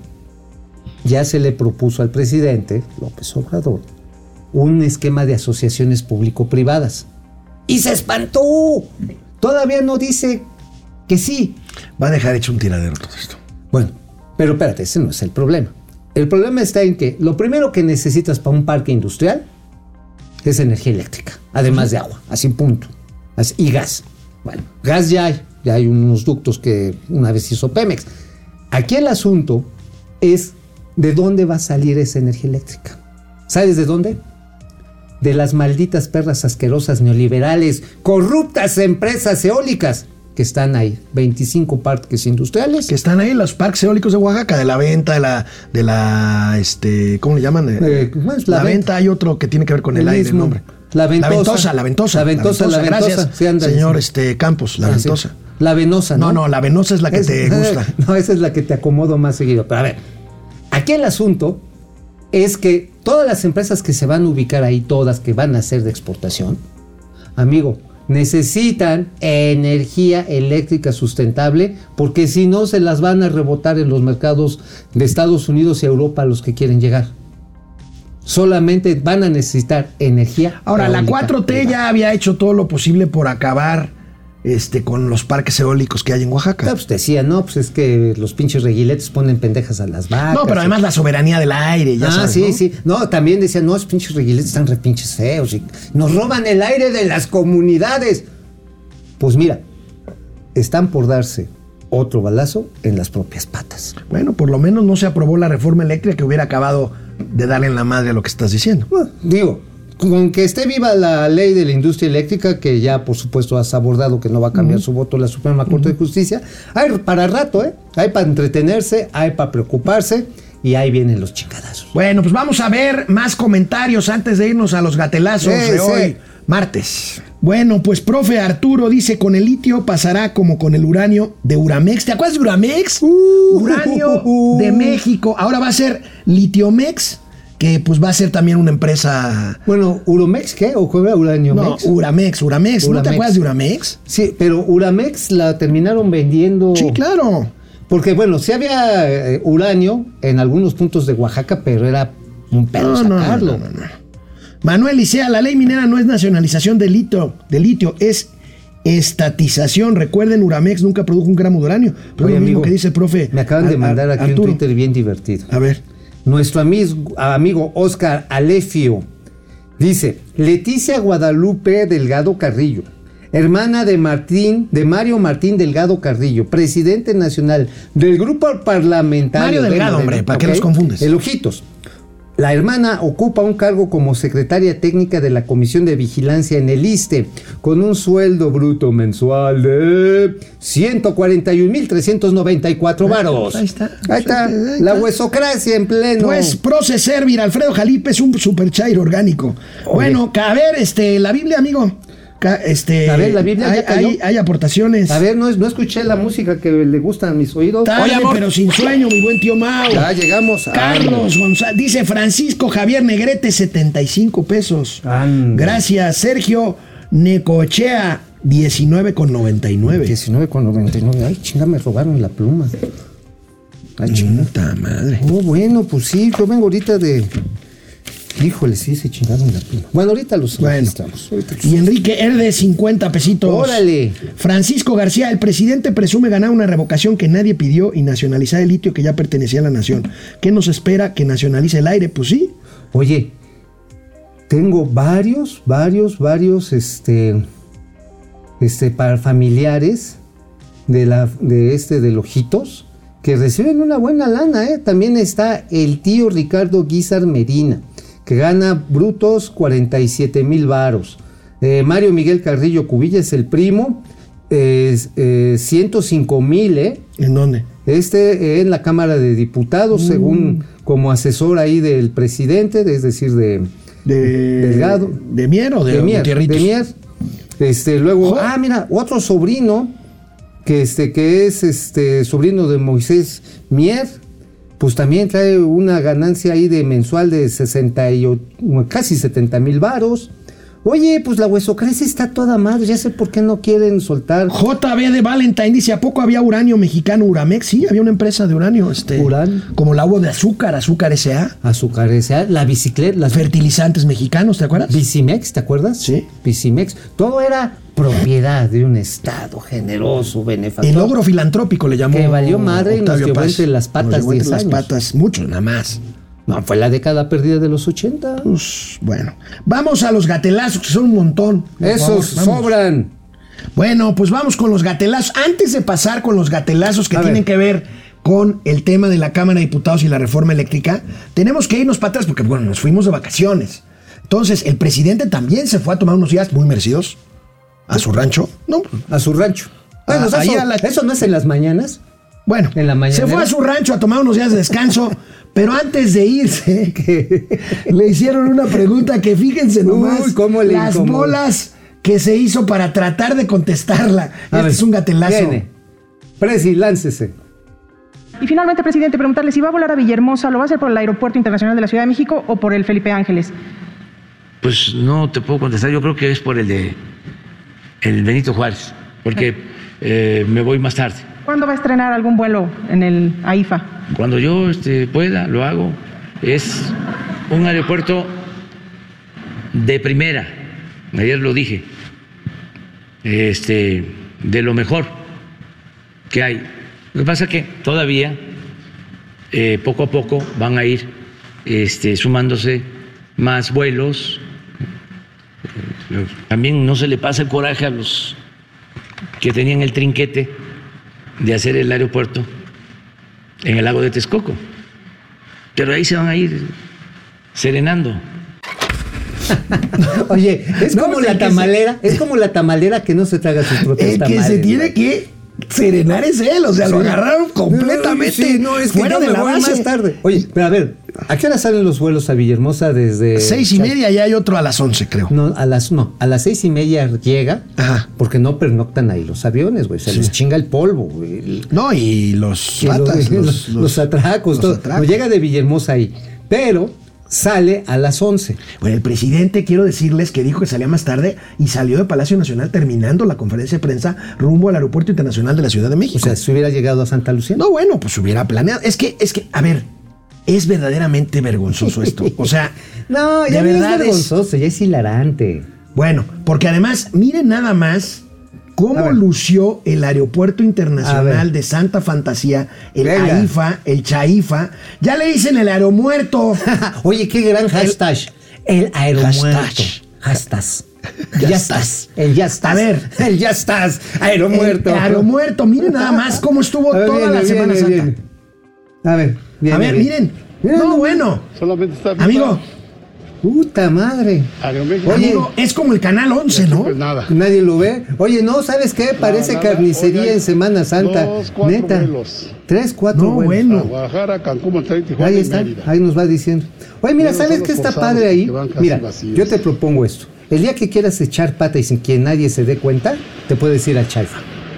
Ya se le propuso al presidente López Obrador un esquema de asociaciones público-privadas. ¡Y se espantó! Todavía no dice que sí. Va a dejar hecho un tiradero todo esto. Bueno, pero espérate, ese no es el problema. El problema está en que lo primero que necesitas para un parque industrial es energía eléctrica, además de agua, así punto. Así, y gas. Bueno, gas ya hay, ya hay unos ductos que una vez hizo Pemex. Aquí el asunto es ¿de dónde va a salir esa energía eléctrica? ¿Sabes de dónde? De las malditas perras asquerosas neoliberales, corruptas empresas eólicas que están ahí, veinticinco parques industriales. Que están ahí los parques eólicos de Oaxaca, de la venta, de la, de la, este, ¿cómo le llaman? Eh, pues, la, la venta, venta. Hay otro que tiene que ver con el, el aire, el nombre. La ventosa. La ventosa, la ventosa. La ventosa, la ventosa. Gracias, sí, anda, señor sí. este, Campos, la Ah, ventosa. sí. La venosa, ¿no? No, no, la venosa es la que Es- te gusta. No, esa es la que te acomodo más seguido. Pero a ver, aquí el asunto es que todas las empresas que se van a ubicar ahí, todas que van a ser de exportación, amigo, necesitan energía eléctrica sustentable, porque si no se las van a rebotar en los mercados de Estados Unidos y Europa a los que quieren llegar. Solamente van a necesitar energía. Ahora, la eólica cuatro T privada. ya había hecho todo lo posible por acabar este, con los parques eólicos que hay en Oaxaca. Ah, pues decía, no, pues es que los pinches reguiletes ponen pendejas a las vacas. No, pero además la soberanía del aire, ya ah, sabes, sí, ¿no? sí. No, también decían, no, los pinches reguiletes están re pinches feos y nos roban el aire de las comunidades. Pues mira, están por darse otro balazo en las propias patas. Bueno, por lo menos no se aprobó la reforma eléctrica que hubiera acabado de darle en la madre a lo que estás diciendo. Bueno, digo, con que esté viva la ley de la industria eléctrica, que ya por supuesto has abordado que no va a cambiar uh-huh. su voto la Suprema Corte uh-huh. de Justicia, hay para rato, ¿eh? Hay para entretenerse, hay para preocuparse y ahí vienen los chingadazos. Bueno, pues vamos a ver más comentarios antes de irnos a los gatelazos sí, de sí. hoy, martes. Bueno, pues profe Arturo dice, con el litio pasará como con el uranio de Uramex. ¿Te acuerdas de Uramex? Uh, uranio uh, uh, de México. Ahora va a ser Litiomex, que pues va a ser también una empresa... Bueno, ¿Uromex qué? ¿O juega Uraniomex? No, Uramex, Uramex. Uramex. ¿No te acuerdas de Uramex? Sí, pero Uramex la terminaron vendiendo... Sí, claro. Porque bueno, sí había eh, uranio en algunos puntos de Oaxaca, pero era un pedo no, sacarlo. No, no, no, no. Manuel Licea, la ley minera no es nacionalización de litio, de litio, es estatización. Recuerden, Uramex nunca produjo un gramo de uranio. Pero Oye, lo mismo amigo, que dice el profe. Me acaban a, de mandar a, aquí Arturo. un Twitter bien divertido. A ver. Nuestro amigo, amigo Oscar Alefio dice: Leticia Guadalupe Delgado Carrillo, hermana de Martín, de Mario Martín Delgado Carrillo, presidente nacional del grupo parlamentario. Mario Delgado, hombre, ¿para qué los confundes? El Ojitos. La hermana ocupa un cargo como secretaria técnica de la Comisión de Vigilancia en el ISSSTE, con un sueldo bruto mensual de ciento cuarenta y un mil trescientos noventa y cuatro varos. Ahí está. Ahí está. Ahí está. La huesocracia en pleno. Pues Proce Servir, Alfredo Jalipe es un super chairo orgánico. Oye. Bueno, a ver, este, la Biblia, amigo. Este, A ver, la Biblia hay, ya cayó. hay, hay aportaciones. A ver, no, no escuché la música que le gusta a mis oídos. Tarde, Oye, amor. pero sin sueño, mi buen tío Mau. Ya llegamos a... Carlos González, dice Francisco Javier Negrete, setenta y cinco pesos. Anda. Gracias, Sergio Necochea, diecinueve con noventa y nueve. diecinueve con noventa y nueve. Ay, chinga, me robaron la pluma. Ay, chinga. Puta madre. Oh, bueno, pues sí, yo vengo ahorita de... Híjole, sí, se chingaron la pluma. Bueno, ahorita los Bueno. registramos. Ahorita los- Y Enrique R, cincuenta pesitos. Órale. Francisco García, el presidente presume ganar una revocación que nadie pidió y nacionalizar el litio que ya pertenecía a la nación. ¿Qué nos espera? ¿Que nacionalice el aire? Pues sí. Oye, tengo varios, varios, varios, este, este, para familiares de la, de este, de Ojitos, que reciben una buena lana, ¿eh? También está el tío Ricardo Guizar Medina, que gana brutos cuarenta y siete mil varos. Eh, Mario Miguel Carrillo Cubilla es el primo, es, eh, ciento cinco mil, ¿eh? ¿En dónde? Este eh, en la Cámara de Diputados, mm. según como asesor ahí del presidente, es decir, de, De Delgado. ¿De Mier o de, de Mier, Gutierritos? de Mier. Este, luego, Jo. ah, mira, otro sobrino, que este, que es este sobrino de Moisés Mier, pues también trae una ganancia ahí de mensual de sesenta y ocho, casi setenta mil varos. Oye, pues la huesocracia está toda madre, ya sé por qué no quieren soltar. J B de Valentine dice, ¿a poco había uranio mexicano Uramex? Sí, había una empresa de uranio. Este, Uranio. Como la hubo de azúcar, Azúcar S A. Azúcar, esa, la bicicleta, las Fertilizantes mexicanos, ¿te acuerdas? Bicimex, ¿te acuerdas? Sí. Bicimex. Todo era propiedad de un estado generoso, benefactor. El logro filantrópico le llamó. Que valió madre y nos Octavio llevó Paz. entre las patas Nos llevó entre diez las años. patas, mucho, nada más. No, fue la década perdida de los ochenta. Pues, bueno, vamos a los gatelazos, que son un montón. Por Esos favor, vamos. sobran. Bueno, pues vamos con los gatelazos. Antes de pasar con los gatelazos que A tienen ver. que ver con el tema de la Cámara de Diputados y la reforma eléctrica, tenemos que irnos para atrás porque, bueno, nos fuimos de vacaciones. Entonces, el presidente también se fue a tomar unos días muy merecidos a su rancho. No, a su rancho. Bueno, Ah, ahí eso, a la- eso no es en las mañanas. bueno, En la mañanera. se fue a su rancho a tomar unos días de descanso, pero antes de irse, que le hicieron una pregunta que fíjense nomás, Uy, cómo le las incomodó. bolas que se hizo para tratar de contestarla. A Este ver, es un gatelazo. viene. Presi, láncese. Y finalmente, presidente, preguntarle si va a volar a Villahermosa, ¿lo va a hacer por el Aeropuerto Internacional de la Ciudad de México o por el Felipe Ángeles? Pues no te puedo contestar, yo creo que es por el de el Benito Juárez, porque eh, me voy más tarde. ¿Cuándo va a estrenar algún vuelo en el A I F A? Cuando yo este, pueda, lo hago. Es un aeropuerto de primera, ayer lo dije, este, de lo mejor que hay. Lo que pasa es que todavía, eh, poco a poco, van a ir este, sumándose más vuelos. Eh, También no se le pasa el coraje a los que tenían el trinquete de hacer el aeropuerto en el lago de Texcoco. Pero ahí se van a ir serenando. Oye, es No, como pues, la el que tamalera, es como la tamalera que no se traga sus propios El que tamales. se tiene güey. que serenar es él, o sea, lo agarraron completamente Sí, no, es que fuera yo de me la voy base. más tarde. Oye, pero a ver, ¿a qué hora salen los vuelos a Villahermosa desde Seis y media y hay otro a las once, creo. No, a las no, a las seis y media llega, Ajá. porque no pernoctan ahí los aviones, güey, se Sí. les chinga el polvo, güey. No, y los Que ratas, los, los, los atracos, los todo. atracos. No llega de Villahermosa ahí, pero sale a las once. Bueno, el presidente, quiero decirles que dijo que salía más tarde y salió de Palacio Nacional terminando la conferencia de prensa rumbo al Aeropuerto Internacional de la Ciudad de México. O sea, si hubiera llegado a Santa Lucía. no, bueno, pues hubiera planeado. Es que, es que, a ver, es verdaderamente vergonzoso esto. O sea, No, ya de no es verdad es- vergonzoso, ya es hilarante. Bueno, porque además, miren nada más A cómo ver. lució el Aeropuerto A Internacional ver. de Santa Fantasía, el Venga. A I F A, el Chaifa. Ya le dicen el aeromuerto. Oye, qué gran hashtag. El aeromuerto. Hashtag. Hashtag. Ya Ya, estás. estás. El ya estás. A ver. El ya estás. Aeromuerto. El aeromuerto. Miren nada más cómo estuvo A ver, toda viene, la Semana viene, Santa. viene. A ver, viene, A ver, viene. miren. Mira, No, no, bueno. Solamente está Amigo, Puta madre. Aeroméxico. Oye, amigo, es como el Canal once, ¿no? Pues nada. nadie lo ve. Oye, no, ¿sabes qué? Parece nada. carnicería Oye, en Semana Santa. dos, cuatro Neta. vuelos. Tres, cuatro No, vuelos. bueno. A Guadalajara, Cancún, Monterrey, Tijuana Ahí y está, Mérida. ahí nos va diciendo. Oye, mira, Ya no ¿sabes son qué los está forzados padre ahí? que van casi Mira, vacíos. yo te propongo esto. El día que quieras echar pata y sin que nadie se dé cuenta, te puedes ir a Chaifa.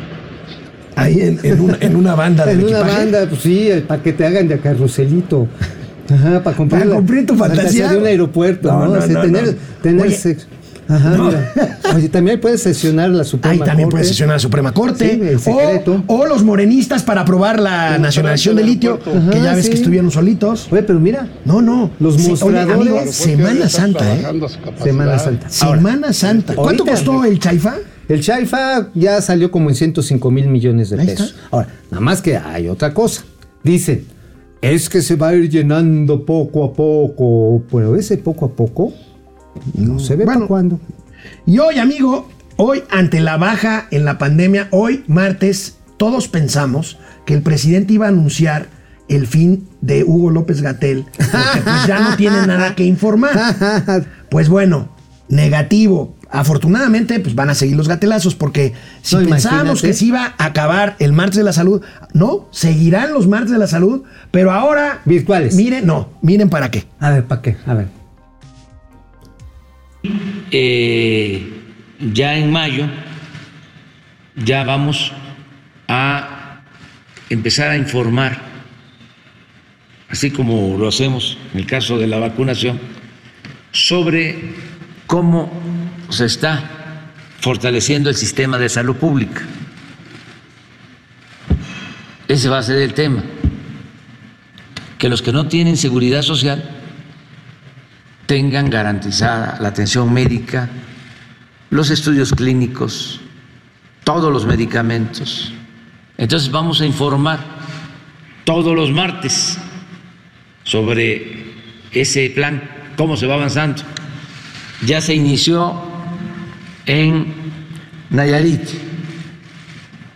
Ahí en, en una, en una banda de En una equipaje. banda, pues sí, para que te hagan de carruselito. Ajá, para cumplir, Para la- cumplir tu la fantasía. de un aeropuerto, No, ¿no? no, O sea, no, tener, no. tener Oye. sexo. Ajá, No. mira. Oye, también puedes sesionar la Suprema Ahí también Corte. puede sesionar la Suprema Corte. Sí, en secreto. o, o los morenistas para aprobar la Como nacionalización frente de al litio, aeropuerto. que ya Ajá, ves sí. que estuvieron solitos. Oye, pero mira, No, no. Los Sí, oye, amigo, mostradores. Semana Santa, ¿eh? Semana Santa. Semana Santa. ¿Cuánto ahorita- costó el Chaifa? El Chaifa ya salió como en ciento cinco mil millones de Ahí pesos. está. Ahora, nada más que hay otra cosa. Dicen, es que se va a ir llenando poco a poco. Pero ese poco a poco no se ve Bueno. para cuándo. Y hoy, amigo, hoy ante la baja en la pandemia, hoy martes, todos pensamos que el presidente iba a anunciar el fin de Hugo López-Gatell, porque pues ya no tiene nada que informar. Pues bueno, negativo. Afortunadamente, pues van a seguir los gatelazos, porque si No, pensábamos imagínate. que se iba a acabar el martes de la salud, no, seguirán los martes de la salud, pero ahora... Virtuales. Miren, no, miren para qué. A ver, ¿para qué? A ver. Eh, ya en mayo ya vamos a empezar a informar, así como lo hacemos en el caso de la vacunación, sobre cómo se está fortaleciendo el sistema de salud pública. Ese va a ser el tema, que los que no tienen seguridad social tengan garantizada la atención médica, los estudios clínicos, todos los medicamentos. Entonces vamos a informar todos los martes sobre ese plan, cómo se va avanzando. Ya se inició en Nayarit,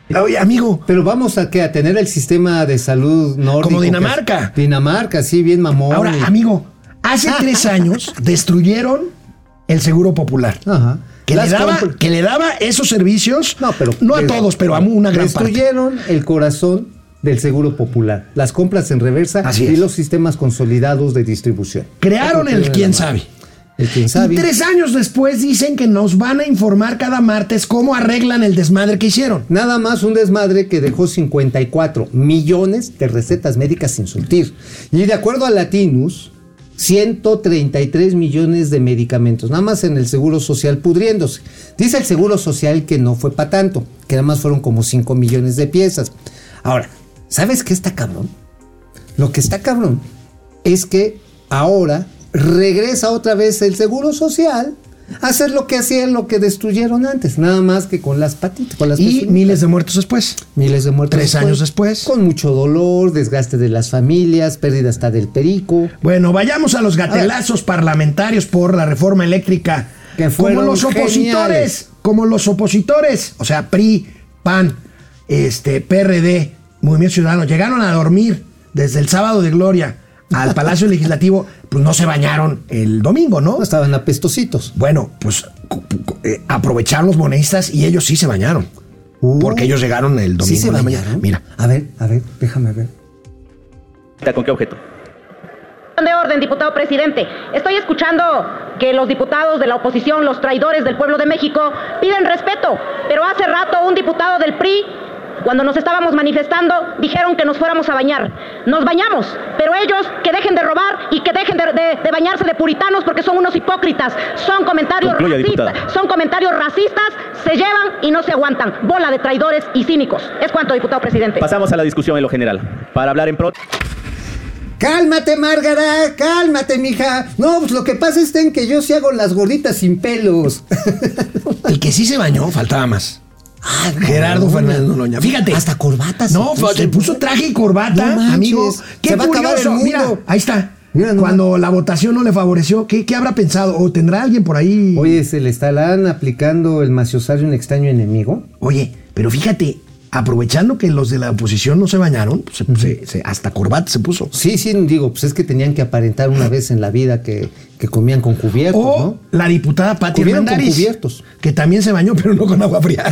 Oye, amigo. Pero vamos a qué, a tener el sistema de salud nórdico. Como Dinamarca. Que, Dinamarca, sí, bien mamón. Ahora, y... amigo, hace tres años destruyeron el Seguro Popular. Ajá. Que le, daba, que le daba esos servicios, no, pero, no a todos, pero a una gran parte. Destruyeron el corazón del Seguro Popular, las compras en reversa Así y es. los sistemas consolidados de distribución. Crearon el quién sabe. El quién sabe. Y tres años después dicen que nos van a informar cada martes cómo arreglan el desmadre que hicieron. Nada más un desmadre que dejó cincuenta y cuatro millones de recetas médicas sin surtir. Y de acuerdo a Latinus, ciento treinta y tres millones de medicamentos, nada más en el Seguro Social pudriéndose. Dice el Seguro Social que no fue para tanto, que nada más fueron como cinco millones de piezas. Ahora, ¿sabes qué está cabrón? Lo que está cabrón es que ahora regresa otra vez el Seguro Social a hacer lo que hacían, lo que destruyeron antes, nada más que con las patitas, con las Y pestañas. miles de muertos después. Miles de muertos Tres después, años después. Con mucho dolor, desgaste de las familias, pérdida hasta del perico. Bueno, vayamos a los gatelazos parlamentarios por la reforma eléctrica. Que fueron como los opositores, geniales. como los opositores, o sea, P R I, P A N, este, P R D, Movimiento Ciudadano, llegaron a dormir desde el sábado de gloria al Palacio Legislativo, pues no se bañaron el domingo, ¿no? Estaban apestositos. Bueno, pues eh, aprovecharon los moneristas y ellos sí se bañaron. Uh, porque ellos llegaron el domingo. ¿Sí se en la bañaron? mañana. Mira. A ver, a ver, déjame ver. ¿Con qué objeto? De orden, diputado presidente. Estoy escuchando que los diputados de la oposición, los traidores del pueblo de México, piden respeto, pero hace rato un diputado del P R I, cuando nos estábamos manifestando, dijeron que nos fuéramos a bañar. Nos bañamos, pero ellos que dejen de robar y que dejen de, de, de bañarse de puritanos porque son unos hipócritas. Son comentarios Concluya, racistas, diputada. son comentarios racistas, se llevan y no se aguantan. Bola de traidores y cínicos. Es cuanto, diputado presidente. Pasamos a la discusión en lo general. Para hablar en pro... Cálmate, Márgara, cálmate, mija. No, pues lo que pasa es en que yo sí hago las gorditas sin pelos. El que sí se bañó, faltaba más. Ah, no, Gerardo no, Fernández no. Noroña. Fíjate. Hasta corbatas. No, se puso traje y corbata, No manches, amigo. Qué se va a acabar curioso. el mundo. Mira, ahí está. Mira, no Cuando la votación no le favoreció, ¿qué, ¿qué habrá pensado? ¿O tendrá alguien por ahí? Oye, ¿se le estarán aplicando el maciosario un extraño enemigo? Oye, pero fíjate, aprovechando que los de la oposición no se bañaron, pues, se, se, se, hasta corbata se puso. Sí, sí, digo, pues es que tenían que aparentar una vez en la vida que, que comían con cubiertos, O ¿no? la diputada Pati Comieron con Armendáriz, cubiertos. que también se bañó, pero no con agua fría.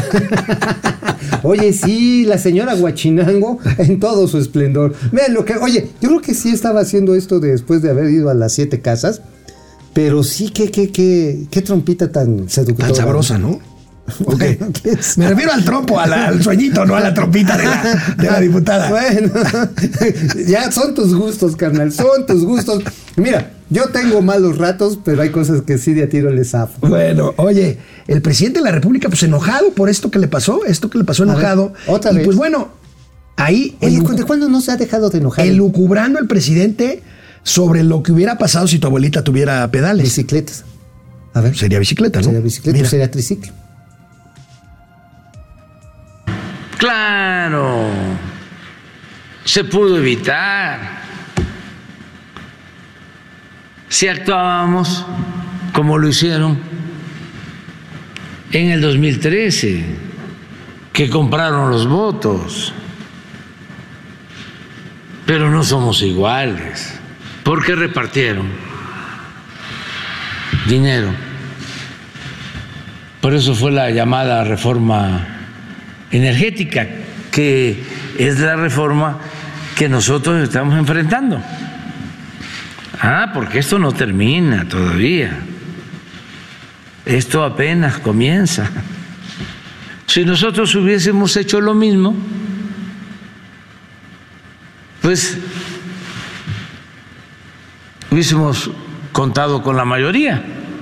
Oye, sí, la señora Huachinango en todo su esplendor. Vean lo que... Oye, yo creo que sí estaba haciendo esto después de haber ido a las siete casas, pero sí, qué, qué, qué, qué trompita tan seductora. Tan sabrosa, ¿no? Okay. Bueno, ¿qué es? Me refiero al trompo, a la- al sueñito, no a la trompita de la, de la diputada. Bueno, ya son tus gustos, carnal, son tus gustos. Mira, yo tengo malos ratos, pero hay cosas que sí de a tiro les zafo. Bueno, oye, el presidente de la República, pues enojado por esto que le pasó, esto que le pasó A ver, enojado. otra y vez. pues bueno, ahí Oye, elucu- ¿de cuándo no se ha dejado de enojar? elucubrando el presidente sobre lo que hubiera pasado si tu abuelita tuviera pedales. Bicicletas. A ver. Sería bicicleta, ¿no? Sería bicicleta, Mira. sería triciclo. Claro, se pudo evitar si actuábamos como lo hicieron en el dos mil trece, que compraron los votos. Pero no somos iguales, porque repartieron dinero. Por eso fue la llamada reforma energética, que es la reforma que nosotros estamos enfrentando. Ah, porque esto no termina todavía. Esto apenas comienza. Si nosotros hubiésemos hecho lo mismo, pues hubiésemos contado con la mayoría.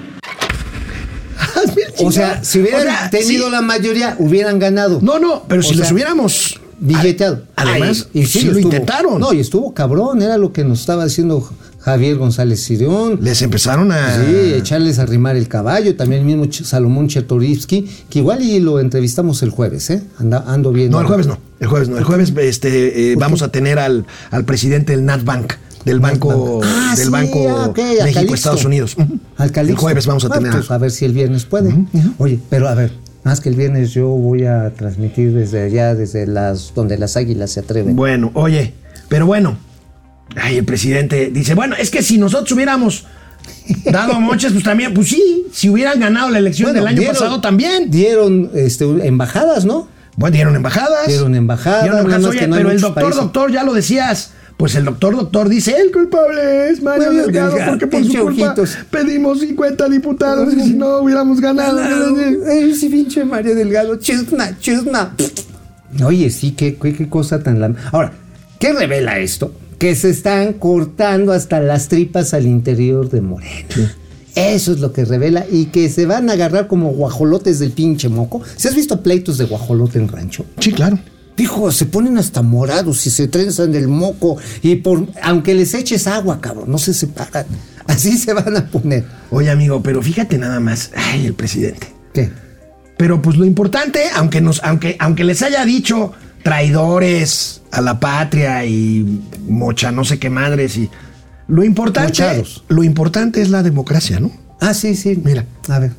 O sea, si hubieran O sea, tenido sí. la mayoría, hubieran ganado. No, no, pero O si sea, les hubiéramos billeteado. Además, Ay, sí lo estuvo- intentaron. No, y estuvo cabrón, era lo que nos estaba diciendo Javier González Cirón. Les empezaron a... Sí, echarles a arrimar el caballo, también el mismo Ch- Salomón Chertorivsky, que igual y lo entrevistamos el jueves, ¿eh? Anda, ando bien. No, el jueves no. El jueves no. El jueves este, eh, vamos a tener al, al presidente del NatBank, del Banco, Ah, del sí, banco ah, ok, al México, Calixto. Estados Unidos. Al Calixto. El jueves vamos a Ah, tener... pues, a ver si el viernes puede. Oye, pero a ver, Más que el viernes yo voy a transmitir desde allá, desde las donde las águilas se atreven. Bueno, oye, pero bueno, ay, el presidente dice, bueno, es que si nosotros hubiéramos dado moches, pues también, pues sí, si hubieran ganado la elección Bueno, del año dieron- pasado también. Dieron este, embajadas, ¿no? Bueno, dieron embajadas. Dieron embajadas, Dieron nada embajadas. más que Oye, no hay pero el muchos doctor, países. doctor, ya lo decías. Pues el doctor, doctor dice, el culpable es Mario Mario Delgado, Delgado, porque por su pinche culpa ojitos. pedimos cincuenta diputados y si no hubiéramos ganado. Ay, sí, pinche Mario Delgado, chusna, chusna. Oye, sí, qué, qué, qué cosa tan... lam- Ahora, ¿qué revela esto? Que se están cortando hasta las tripas al interior de Morena. Eso es lo que revela, y que se van a agarrar como guajolotes del pinche moco. ¿Se has visto pleitos de guajolote en rancho? Sí, claro. Dijo, se ponen hasta morados y se trenzan el moco, y por aunque les eches agua, cabrón, no se separan. Así se van a poner. Oye, amigo, pero fíjate nada más. Ay, el presidente. ¿Qué? Pero pues lo importante, aunque nos, aunque, aunque les haya dicho traidores a la patria y mocha no sé qué madres, y lo importante, Mochados. lo importante es la democracia, ¿no? Ah, sí, sí. Mira. A ver.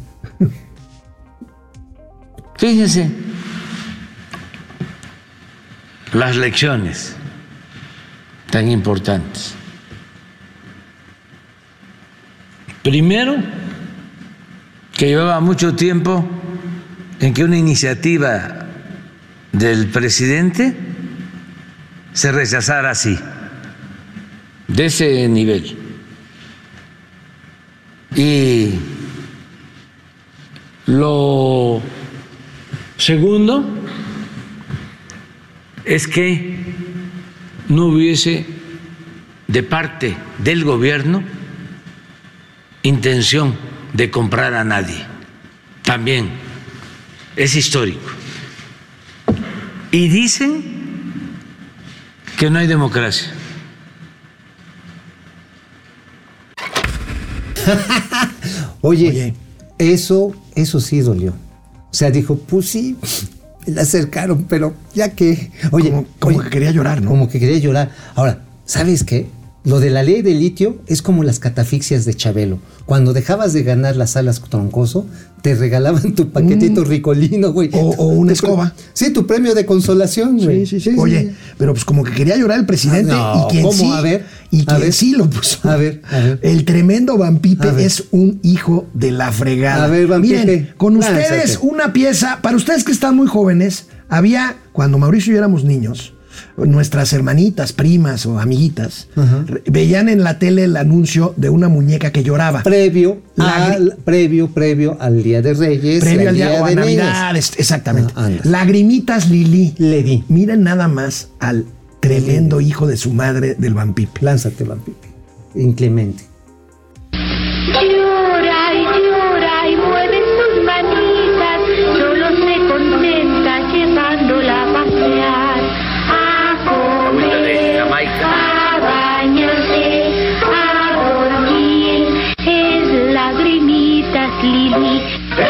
Fíjense, las lecciones tan importantes. Primero, que llevaba mucho tiempo en que una iniciativa del presidente se rechazara así, de ese nivel. Y lo segundo es que no hubiese de parte del gobierno intención de comprar a nadie. También es histórico. Y dicen que no hay democracia. Oye, Oye. eso, eso sí dolió. O sea, dijo, pues sí, me la acercaron, pero ya que... Oye, Como, como oye, que quería llorar, ¿no? Como que quería llorar. Ahora, ¿sabes qué? Lo de la ley del litio es como las catafixias de Chabelo. Cuando dejabas de ganar las alas troncoso, te regalaban tu paquetito ricolino, güey. O- o una Tu- escoba. Sí, tu premio de consolación, güey. Oye, pero pues como que quería llorar el presidente No, y quien ¿cómo? sí, A ver, y a quien ver. sí lo puso. A ver, a ver. El tremendo Van Pipe A ver. es un hijo de la fregada. A ver, Van Miren, Pipe, con lánzate. ustedes una pieza, para ustedes que están muy jóvenes, había, cuando Mauricio y yo éramos niños, nuestras hermanitas, primas o amiguitas, Ajá. re- veían en la tele el anuncio de una muñeca que lloraba. Previo, La- al, previo, previo al Día de Reyes, Previo al día, o a de Navidad, Niños. es- exactamente. Ah, anda. Lagrimitas Lili. Le di. Miren nada más al tremendo hijo de su madre del Van Pipe. Lánzate, Van Pipe. Inclemente. Llora y llora y mueve sus manitas, solo se contenta llevándola a pasear, a comer, a bañarse, a dormir, es lagrimitas Lili.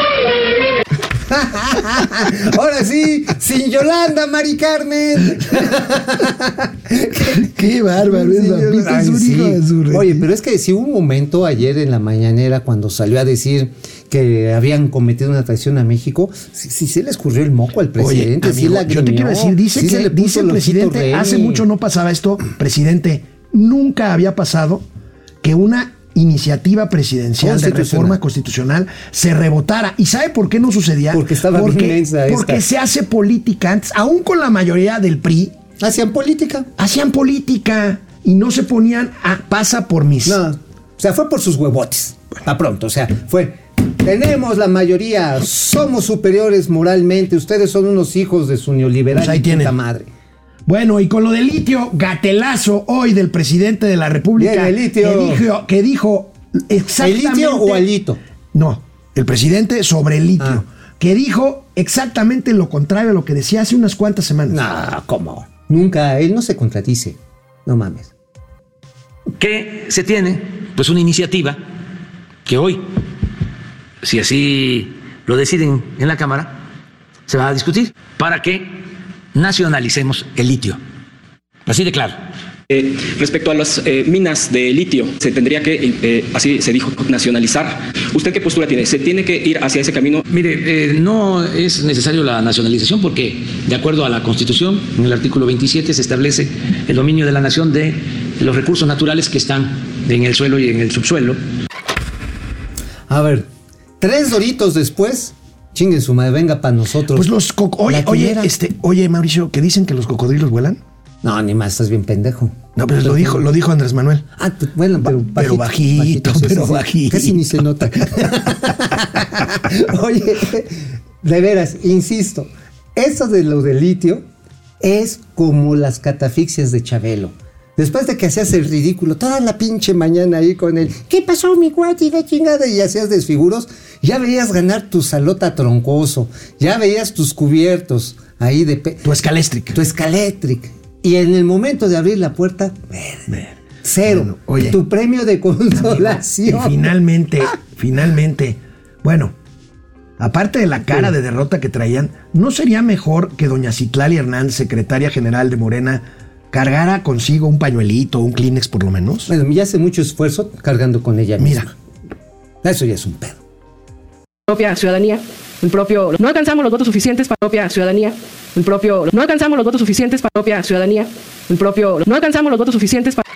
Ahora sí, sin Yolanda, Mari Carmen. Qué bárbaro, es Sí, Van Pipe, ay, es un sí. hijo de su re- Oye, pero es que si hubo un momento ayer en la mañanera cuando salió a decir que habían cometido una traición a México, sí, sí se le escurrió el moco al presidente. Oye, sí amigo, la yo te quiero decir, dice, sí que, se le puso dice el el ojito presidente, rey. hace mucho no pasaba esto, presidente, nunca había pasado que una iniciativa presidencial de Constitucional. reforma constitucional se rebotara. ¿Y sabe por qué no sucedía? Porque estaba porque, bien mensa esta. porque se hace política antes, aún con la mayoría del P R I, Hacían política. hacían política y no se ponían a pasa por mis. No, o sea, fue por sus huevotes. A pronto, o sea, fue. Tenemos la mayoría, somos superiores moralmente, ustedes son unos hijos de su neoliberal Pues ahí y puta tienen. madre. Bueno, y con lo del litio, gatelazo hoy del presidente de la República. Bien, el litio. Que dijo, que dijo exactamente. ¿El litio o alito? No, el presidente sobre el litio. Ah. Que dijo exactamente lo contrario a lo que decía hace unas cuantas semanas. No, ¿cómo? Nunca, él no se contradice. No mames. Que se tiene pues una iniciativa que hoy, si así lo deciden en la Cámara, se va a discutir para que nacionalicemos el litio. Así de claro. Eh, respecto a las eh, minas de litio, se tendría que, eh, así se dijo, nacionalizar. ¿Usted qué postura tiene? ¿Se tiene que ir hacia ese camino? Mire, eh, no es necesario la nacionalización porque, de acuerdo a la Constitución, en el artículo veintisiete se establece el dominio de la nación de los recursos naturales que están en el suelo y en el subsuelo. A ver, tres doritos después, chinguen su madre, venga para nosotros. Pues los co- oye, oye, este, oye, Mauricio, ¿que dicen que los cocodrilos vuelan? No, ni más, estás bien pendejo. No, pero lo dijo, lo dijo Andrés Manuel. Ah, pues, bueno, pero bajito. Pero bajito, bajito, sí, pero sí, sí. bajito. Casi ni se nota. Oye, de veras, insisto, eso de lo del litio es como las catafixias de Chabelo. Después de que hacías el ridículo toda la pinche mañana ahí con el ¿qué pasó, mi cuate? Y la chingada, y hacías desfiguros, ya veías ganar tu salota troncoso, ya veías tus cubiertos ahí de... Pe- tu escaléstrica. Tu escaléstrica. Y en el momento de abrir la puerta, verde, cero. Bueno, oye, tu premio de consolación. Amigo, y finalmente, finalmente, bueno, aparte de la cara de derrota que traían, ¿no sería mejor que doña Citlali Hernández, secretaria general de Morena, cargara consigo un pañuelito, un Kleenex por lo menos? Bueno, ya hace mucho esfuerzo cargando con ella misma. Mira, eso ya es un pedo. Propia ciudadanía, el propio... No alcanzamos los votos suficientes para propia ciudadanía, el propio... No alcanzamos los votos suficientes para propia ciudadanía, el propio... No alcanzamos los votos suficientes para...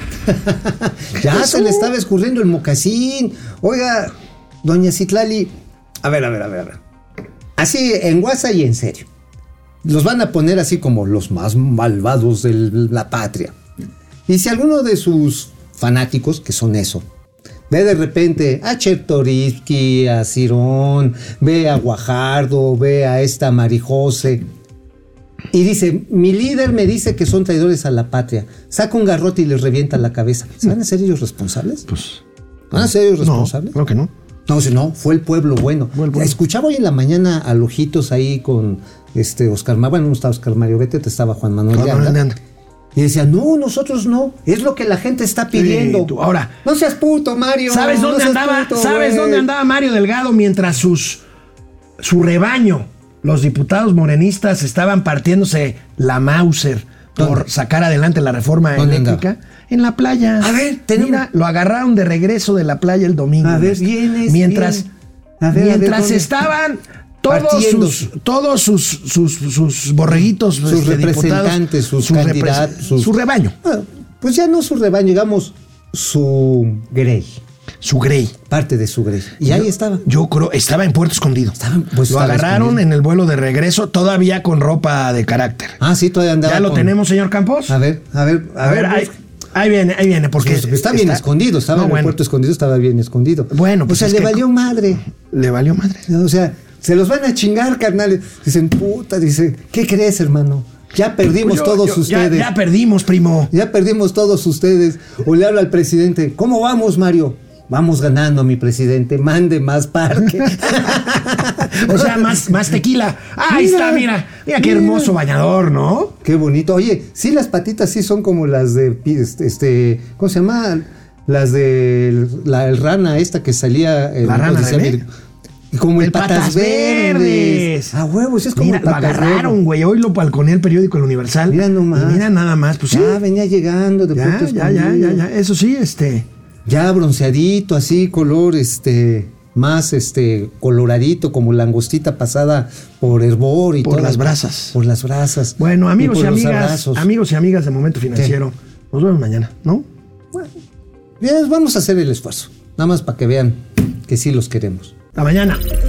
Ya eso. Se le estaba escurriendo el mocasín. Oiga, doña Citlali, a ver, a ver, a ver, a ver. Así, en guasa y en serio. Los van a poner así como los más malvados de la patria. Y si alguno de sus fanáticos, que son eso, ve de repente a Chertorivsky, a Cirón, ve a Guajardo, ve a esta Marijose, y dice, mi líder me dice que son traidores a la patria, saca un garrote y les revienta la cabeza. ¿Se van a ser ellos responsables? Pues, ¿Van a ser ellos responsables? No, creo que no. No, si no, fue el pueblo bueno. El bueno. Escuchaba hoy en la mañana a Lojitos ahí con este Oscar Mario, bueno, no estaba Oscar Mario Betete, estaba Juan Manuel de Anda. Anda. Y decía, no, nosotros no, es lo que la gente está pidiendo. Sí, tú, ahora, no seas puto, Mario. ¿Sabes dónde no andaba? Puto, ¿Sabes dónde andaba Mario Delgado mientras sus su rebaño, los diputados morenistas, estaban partiéndose la Mauser por ¿Dónde? sacar adelante la reforma eléctrica? Andaba? En la playa. A ver, tenemos... Mira, lo agarraron de regreso de la playa el domingo. A ver, vienes, mientras, bien. A ver, mientras a ver, estaban todos sus, todos sus, sus, sus borreguitos, sus este, representantes, sus, sus candidatos, sus... su rebaño. Bueno, pues ya no su rebaño, digamos su grey. Su grey. Parte de su grey. Y yo, ahí estaba. Yo creo, estaba en Puerto Escondido. Estaba, pues lo estaba agarraron escondido. en el vuelo de regreso, todavía con ropa de carácter. Ah, sí, todavía andaba. ¿Ya lo con... tenemos, señor Campos? A ver, a ver, a, a ver. ver ahí, ahí viene, ahí viene, porque pues está bien está... escondido, estaba no, en el bueno. Puerto Escondido, estaba bien escondido. Bueno, pues o sea, le que... valió madre. Le valió madre. O sea, se los van a chingar, carnales. Dicen, puta, dice, ¿qué crees, hermano? Ya perdimos pues yo, yo, todos ustedes. Ya, ya perdimos, primo. Ya perdimos todos ustedes. O le habla al presidente, ¿cómo vamos, Mario? Vamos ganando, mi presidente, mande más parque. O sea, más, más tequila. Ahí mira, está, mira. Mira qué mira. hermoso bañador, ¿no? Qué bonito. Oye, sí, las patitas sí son como las de, este, ¿cómo se llama? Las de la el rana esta que salía. La rana de Como el, el patas, patas verdes. verdes. Ah, huevos, es como mira, el patas lo agarraron, güey. Hoy lo balconé el periódico El Universal. Mira nomás. Mira nada más, pues ya sí. venía llegando de ya, ya, ya, ya, ya. Eso sí, este. Ya bronceadito, así, color, este, más, este, coloradito, como langostita pasada por hervor y por todo. las brasas. Por las brasas. Bueno, amigos y, y amigas, amigos y amigas de Momento Financiero, ¿qué? Nos vemos mañana, ¿no? Bueno, bien, vamos a hacer el esfuerzo, nada más para que vean que sí los queremos. Hasta mañana.